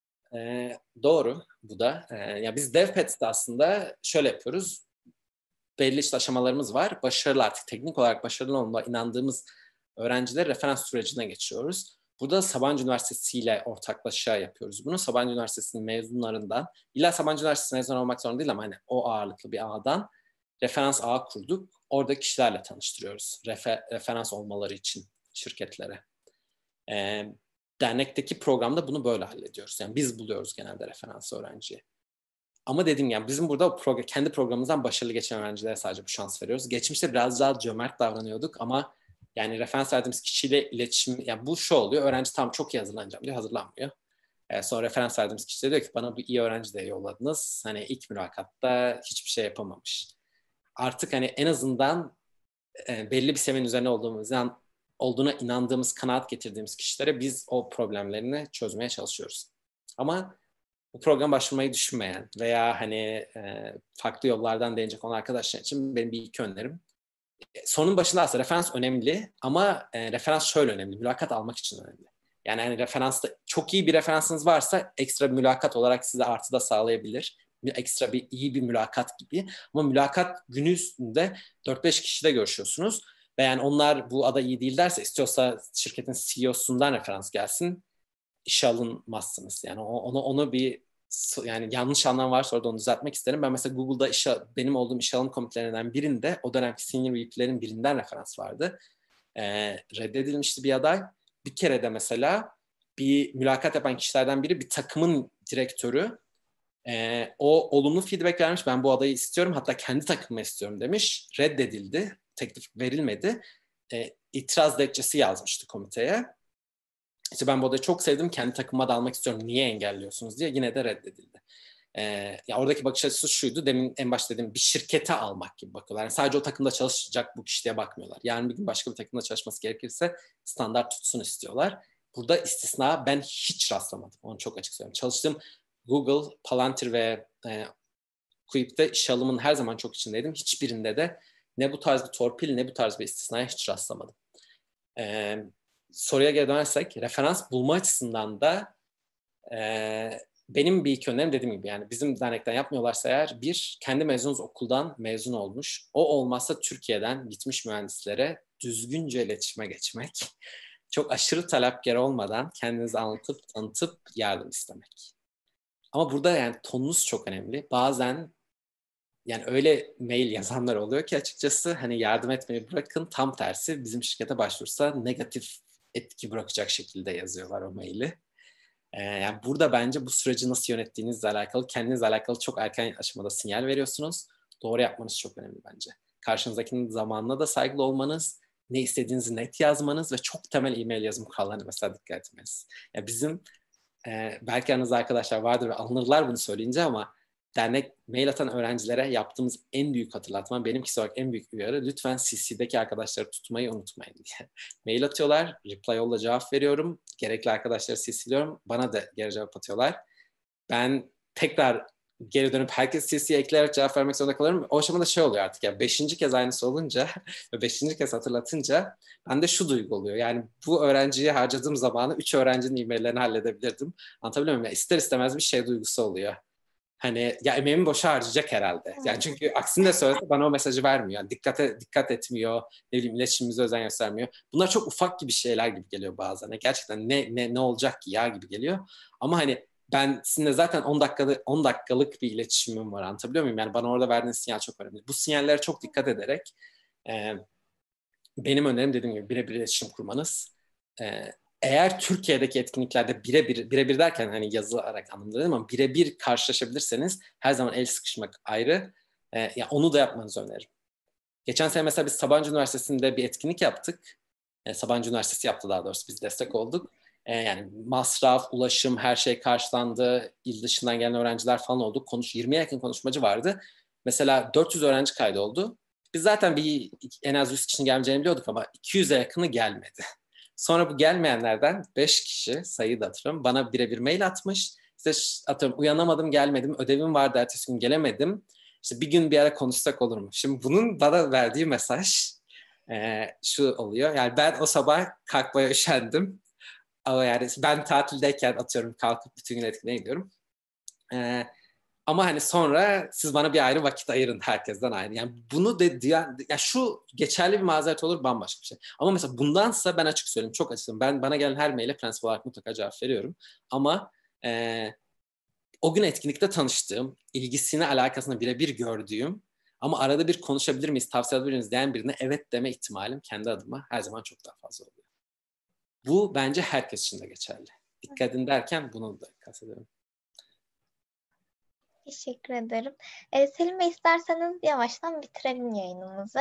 [SPEAKER 2] Doğru bu da. Ya biz DevPads'te aslında şöyle yapıyoruz. Belli işte aşamalarımız var. Başarılı artık teknik olarak başarılı olduğuna inandığımız öğrencileri referans sürecine geçiyoruz. Burada Sabancı Üniversitesi ile ortaklaşa yapıyoruz bunu. Sabancı Üniversitesi'nin mezunlarından, illa Sabancı Üniversitesi mezun olmak zorunda değil ama hani o ağırlıklı bir ağdan referans ağı kurduk. Orada kişilerle tanıştırıyoruz. Referans olmaları için şirketlere. Dernekteki programda bunu böyle hallediyoruz. Yani biz buluyoruz genelde referans öğrenciyi. Ama dediğim yani bizim burada kendi programımızdan başarılı geçen öğrencilere sadece bu şans veriyoruz. Geçmişte biraz daha cömert davranıyorduk ama yani referans verdiğimiz kişiyle iletişim, yani bu şu oluyor, öğrenci tam çok iyi hazırlanacağım diyor, hazırlanmıyor. Sonra referans verdiğimiz kişi de diyor ki bana bu iyi öğrenci de yolladınız. Hani ilk mülakatta hiçbir şey yapamamış. Artık hani en azından belli bir seviyenin üzerine olduğuna inandığımız, kanaat getirdiğimiz kişilere biz o problemlerini çözmeye çalışıyoruz. Ama bu program başvurmayı düşünmeyen veya hani farklı yollardan deneyecek olan arkadaşlar için benim bir iki önerim. Sonun başında aslında referans önemli ama referans şöyle önemli. Mülakat almak için önemli. Yani hani referansta çok iyi bir referansınız varsa ekstra bir mülakat olarak size artı da sağlayabilir. Ekstra bir iyi bir mülakat gibi. Ama mülakat günü üstünde 4-5 kişiyle görüşüyorsunuz. Ve yani onlar bu ada iyi değil derse istiyorsa şirketin CEO'sundan referans gelsin. İşe alınmazsınız. Yani onu bir yani yanlış anlam varsa orada onu düzeltmek isterim. Ben mesela Google'da benim olduğum işe alım komitelerinden birinde o dönemki senior VP'lerin birinden referans vardı. Reddedilmişti bir aday. Bir kere de mesela bir mülakat yapan kişilerden biri bir takımın direktörü o olumlu feedback vermiş. Ben bu adayı istiyorum. Hatta kendi takımıma istiyorum demiş. Reddedildi. Teklif verilmedi. İtiraz dilekçesi yazmıştı komiteye. İşte ben bu odayı çok sevdim. Kendi takıma da almak istiyorum. Niye engelliyorsunuz diye yine de reddedildi. Ya oradaki bakış açısı şuydu. Demin en başta dediğim bir şirkete almak gibi bakıyorlar. Yani sadece o takımda çalışacak bu kişiye bakmıyorlar. Yarın bir gün başka bir takımda çalışması gerekirse standart tutsun istiyorlar. Burada istisna ben hiç rastlamadım. Onu çok açık söyleyeyim. Çalıştığım Google, Palantir ve Quip'te iş alımının her zaman çok içindeydim. Hiçbirinde de ne bu tarz bir torpil ne bu tarz bir istisnaya hiç rastlamadım. Soruya geri dönersek referans bulma açısından da benim bir iki önerim dediğim gibi yani bizim dernekten yapmıyorlarsa eğer bir kendi mezunuz okuldan mezun olmuş o olmazsa Türkiye'den gitmiş mühendislere düzgünce iletişime geçmek çok aşırı talepkar olmadan kendinizi anlatıp tanıtıp yardım istemek. Ama burada yani tonunuz çok önemli. Bazen yani öyle mail yazanlar oluyor ki açıkçası hani yardım etmeyi bırakın tam tersi bizim şirkete başvursa negatif etki bırakacak şekilde yazıyorlar o maili. Yani burada bence bu süreci nasıl yönettiğinizle alakalı, kendinizle alakalı çok erken aşamada sinyal veriyorsunuz. Doğru yapmanız çok önemli bence. Karşınızdakinin zamanına da saygılı olmanız, ne istediğinizi net yazmanız ve çok temel e-mail yazım kurallarına mesela dikkat etmeniz. Yani bizim belki aranızda arkadaşlar vardır ve alınırlar bunu söyleyince ama dernek mail atan öğrencilere yaptığımız en büyük hatırlatma, benim kişisel olarak en büyük uyarı lütfen CC'deki arkadaşları tutmayı unutmayın diye. Mail atıyorlar, reply yolla cevap veriyorum. Gerekli arkadaşları CC'liyorum. Bana da geri cevap atıyorlar. Ben tekrar geri dönüp herkes CC'ye ekleyerek cevap vermek zorunda kalıyorum. O aşamada şey oluyor artık ya 5. kez aynısı olunca ve 5. kez hatırlatınca bende şu duygu oluyor. Yani bu öğrenciye harcadığım zamanı 3 öğrencinin e-maillerini halledebilirdim. Anlatabiliyor muyum? Ya ister istemez bir şey duygusu oluyor. Hani ya emeğimi boşa harcayacak herhalde. Yani çünkü aksini de söylese bana o mesajı vermiyor. Yani dikkat etmiyor. Ne bileyim iletişimimize özen göstermiyor. Bunlar çok ufak gibi şeyler gibi geliyor bazen. Yani gerçekten ne olacak ki ya gibi geliyor. Ama hani ben sizinle zaten 10 dakikalık bir iletişimim var. Anlatabiliyor muyum? Yani bana orada verdiğiniz sinyal çok önemli. Bu sinyallere çok dikkat ederek benim önerim dediğim gibi birebir iletişim kurmanız. Eğer Türkiye'deki etkinliklerde birebir derken hani yazılarak anlamda ama birebir karşılaşabilirseniz her zaman el sıkışmak ayrı. Yani onu da yapmanızı öneririm. Geçen sene mesela biz Sabancı Üniversitesi'nde bir etkinlik yaptık. Sabancı Üniversitesi yaptı daha doğrusu. Biz destek olduk. Yani masraf, ulaşım her şey karşılandı. İl dışından gelen öğrenciler falan oldu. 20'ye yakın konuşmacı vardı. Mesela 400 öğrenci kaydoldu. Biz zaten en az 100 kişinin gelmeyeceğini biliyorduk ama 200'e yakını gelmedi. Sonra bu gelmeyenlerden 5 kişi, sayıyı da hatırlıyorum, bana birebir mail atmış. İşte atıyorum uyanamadım, gelmedim, ödevim vardı, ertesi gün gelemedim. İşte bir gün bir ara konuşsak olur mu? Şimdi bunun bana verdiği mesaj şu oluyor. Yani ben o sabah kalkmaya üşendim. Ama yani ben tatildeyken atıyorum kalkıp bütün gün etkinliğe gidiyorum. Ama hani sonra siz bana bir ayrı vakit ayırın, herkesten ayrı. Yani bunu ya şu geçerli bir mazeret olur, bambaşka bir şey. Ama mesela bundansa ben açık söyleyeyim, çok açık söyleyeyim. Bana gelen her maile prensip olarak mutlaka cevap veriyorum. Ama o gün etkinlikte tanıştığım, ilgisini alakasını birebir gördüğüm ama arada bir konuşabilir miyiz, tavsiye edebilir miyiz diyen birine evet deme ihtimalim kendi adıma her zaman çok daha fazla oluyor. Bu bence herkes için de geçerli. Dikkat edin derken bunu da kastediyorum.
[SPEAKER 1] Teşekkür ederim. Selim Bey, isterseniz yavaştan bitirelim yayınımızı.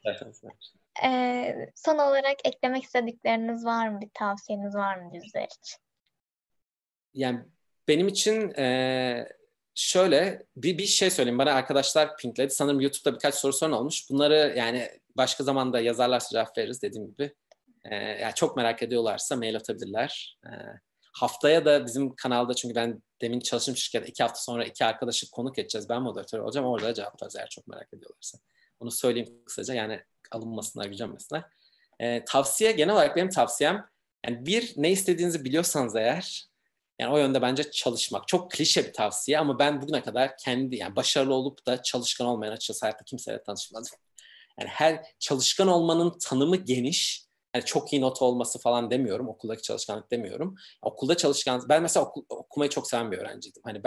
[SPEAKER 1] Son olarak eklemek istedikleriniz var mı? Bir tavsiyeniz var mı bizler için?
[SPEAKER 2] Yani benim için şöyle bir şey söyleyeyim. Bana arkadaşlar pinkledi. Sanırım YouTube'da birkaç soru sorun olmuş. Bunları yani başka zamanda yazarlarsa cevap veririz dediğim gibi. Yani çok merak ediyorlarsa mail atabilirler. Haftaya da bizim kanalda, çünkü ben demin çalıştığım şirkette 2 hafta sonra 2 arkadaşı konuk edeceğiz. Ben moderatör olacağım. Orada da cevaplarız eğer çok merak ediyorlarsa. Onu söyleyeyim kısaca. Yani alınmasınlar, gücenmesinler. Tavsiye, genel olarak benim tavsiyem, yani ne istediğinizi biliyorsanız eğer, yani o yönde bence çalışmak. Çok klişe bir tavsiye ama ben bugüne kadar yani başarılı olup da çalışkan olmayan, açıkçası hayatta kimseyle tanışmadım. Yani her çalışkan olmanın tanımı geniş. Yani çok iyi not olması falan demiyorum. Okuldaki çalışkanlık demiyorum. Okulda çalışkan, ben mesela okumayı çok seven bir öğrenciydim. Hani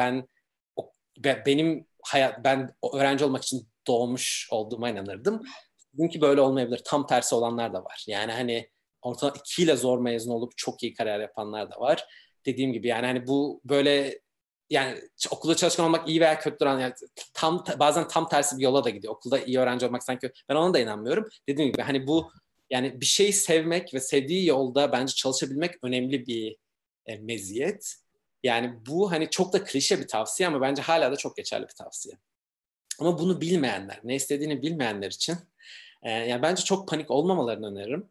[SPEAKER 2] ben öğrenci olmak için doğmuş olduğuma inanırdım. Çünkü böyle olmayabilir. Tam tersi olanlar da var. Yani hani ortalama 2 ile zor mezun olup çok iyi kariyer yapanlar da var. Dediğim gibi yani hani bu böyle, yani okulda çalışkan olmak iyi veya kötüdür, yani bazen tam tersi bir yola da gidiyor. Okulda iyi öğrenci olmak sanki, ben ona da inanmıyorum. Dediğim gibi hani bu, yani bir şeyi sevmek ve sevdiği yolda bence çalışabilmek önemli bir meziyet. Yani bu hani çok da klişe bir tavsiye ama bence hala da çok geçerli bir tavsiye. Ama bunu bilmeyenler, ne istediğini bilmeyenler için yani bence çok panik olmamalarını öneririm.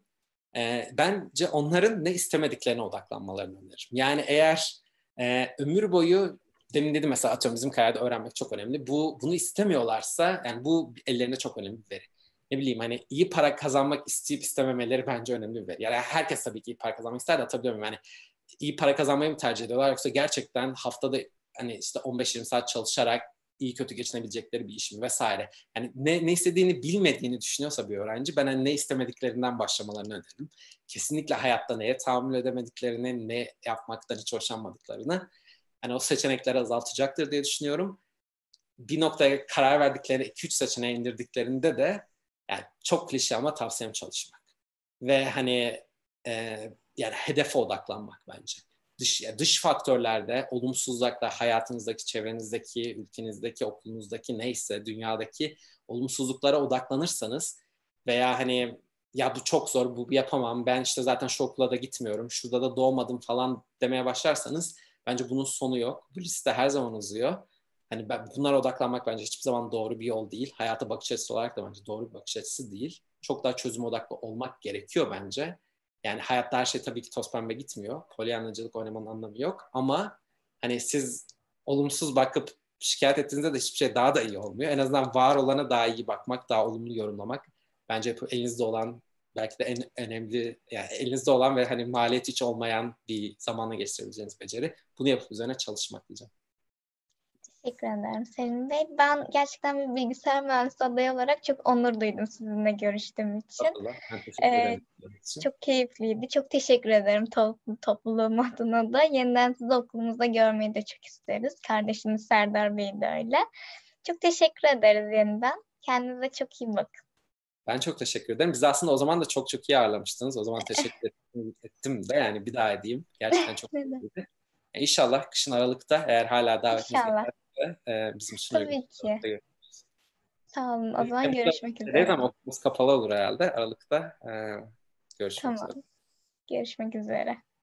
[SPEAKER 2] Bence onların ne istemediklerine odaklanmalarını öneririm. Yani eğer ömür boyu, demin dedim mesela, atıyorum bizim kariyerde öğrenmek çok önemli. Bunu istemiyorlarsa, yani bu ellerinde çok önemli bir veri. Ne bileyim, hani iyi para kazanmak isteyip istememeleri bence önemli bir veri. Yani herkes tabii ki iyi para kazanmak ister de, atabiliyor muyum? Yani iyi para kazanmayı mı tercih ediyorlar, yoksa gerçekten haftada hani işte 15-20 saat çalışarak iyi kötü geçinebilecekleri bir iş mi vesaire. Yani ne istediğini bilmediğini düşünüyorsa bir öğrenci, ben hani ne istemediklerinden başlamalarını öneririm. Kesinlikle hayatta neye tahammül edemediklerini, ne yapmaktan hiç hoşlanmadıklarını, hani o seçenekleri azaltacaktır diye düşünüyorum. Bir noktaya karar verdikleri 2-3 seçeneğe indirdiklerinde de, yani çok klişe ama tavsiyem çalışmak. Ve hani e, yani hedefe odaklanmak bence. Dış faktörlerde, olumsuzluklar, hayatınızdaki, çevrenizdeki, ülkenizdeki, okulunuzdaki, neyse dünyadaki olumsuzluklara odaklanırsanız veya hani ya bu çok zor, bu yapamam, ben işte zaten şu okula da gitmiyorum, şurada da doğmadım falan demeye başlarsanız, bence bunun sonu yok. Bu liste her zaman uzuyor. Hani bunlara odaklanmak bence hiçbir zaman doğru bir yol değil. Hayata bakış açısı olarak da bence doğru bir bakış açısı değil. Çok daha çözüm odaklı olmak gerekiyor bence. Yani hayatta her şey tabii ki toz pembe gitmiyor. Polyanlacılık oynamanın anlamı yok. Ama hani siz olumsuz bakıp şikayet ettiğinizde de hiçbir şey daha da iyi olmuyor. En azından var olana daha iyi bakmak, daha olumlu yorumlamak bence elinizde olan, belki de en önemli, yani elinizde olan ve hani maliyeti hiç olmayan bir zamanla geçirebileceğiniz beceri. Bunu yapıp üzerine çalışmak diyeceğim.
[SPEAKER 1] Teşekkür ederim Selim Bey. Ben gerçekten bir bilgisayar mühendisi adayı olarak çok onur duydum sizinle görüştüğüm için.
[SPEAKER 2] Allah, ben teşekkür
[SPEAKER 1] Ee,
[SPEAKER 2] ederim.
[SPEAKER 1] Çok keyifliydi. Çok teşekkür ederim topluluğum adına da. Yeniden sizi okulumuzda görmeyi de çok isteriz. Kardeşiniz Serdar Bey de öyle. Çok teşekkür ederiz yeniden. Kendinize çok iyi bakın.
[SPEAKER 2] Ben çok teşekkür ederim. Biz aslında o zaman da çok çok iyi ağırlamıştınız. O zaman teşekkür ettim de, yani bir daha edeyim. Gerçekten çok
[SPEAKER 1] Neden?
[SPEAKER 2] iyiydi. İnşallah kışın Aralık'ta, eğer hala davetiniz
[SPEAKER 1] İnşallah.
[SPEAKER 2] gelirse, bizim için uygun.
[SPEAKER 1] Tabii ki. Sağ olun. O zaman
[SPEAKER 2] Temmuz'da
[SPEAKER 1] görüşmek
[SPEAKER 2] şeydeyiz
[SPEAKER 1] üzere.
[SPEAKER 2] ama okulumuz kapalı olur herhalde. Aralık'ta görüşmek
[SPEAKER 1] Tamam.
[SPEAKER 2] üzere.
[SPEAKER 1] Görüşmek üzere.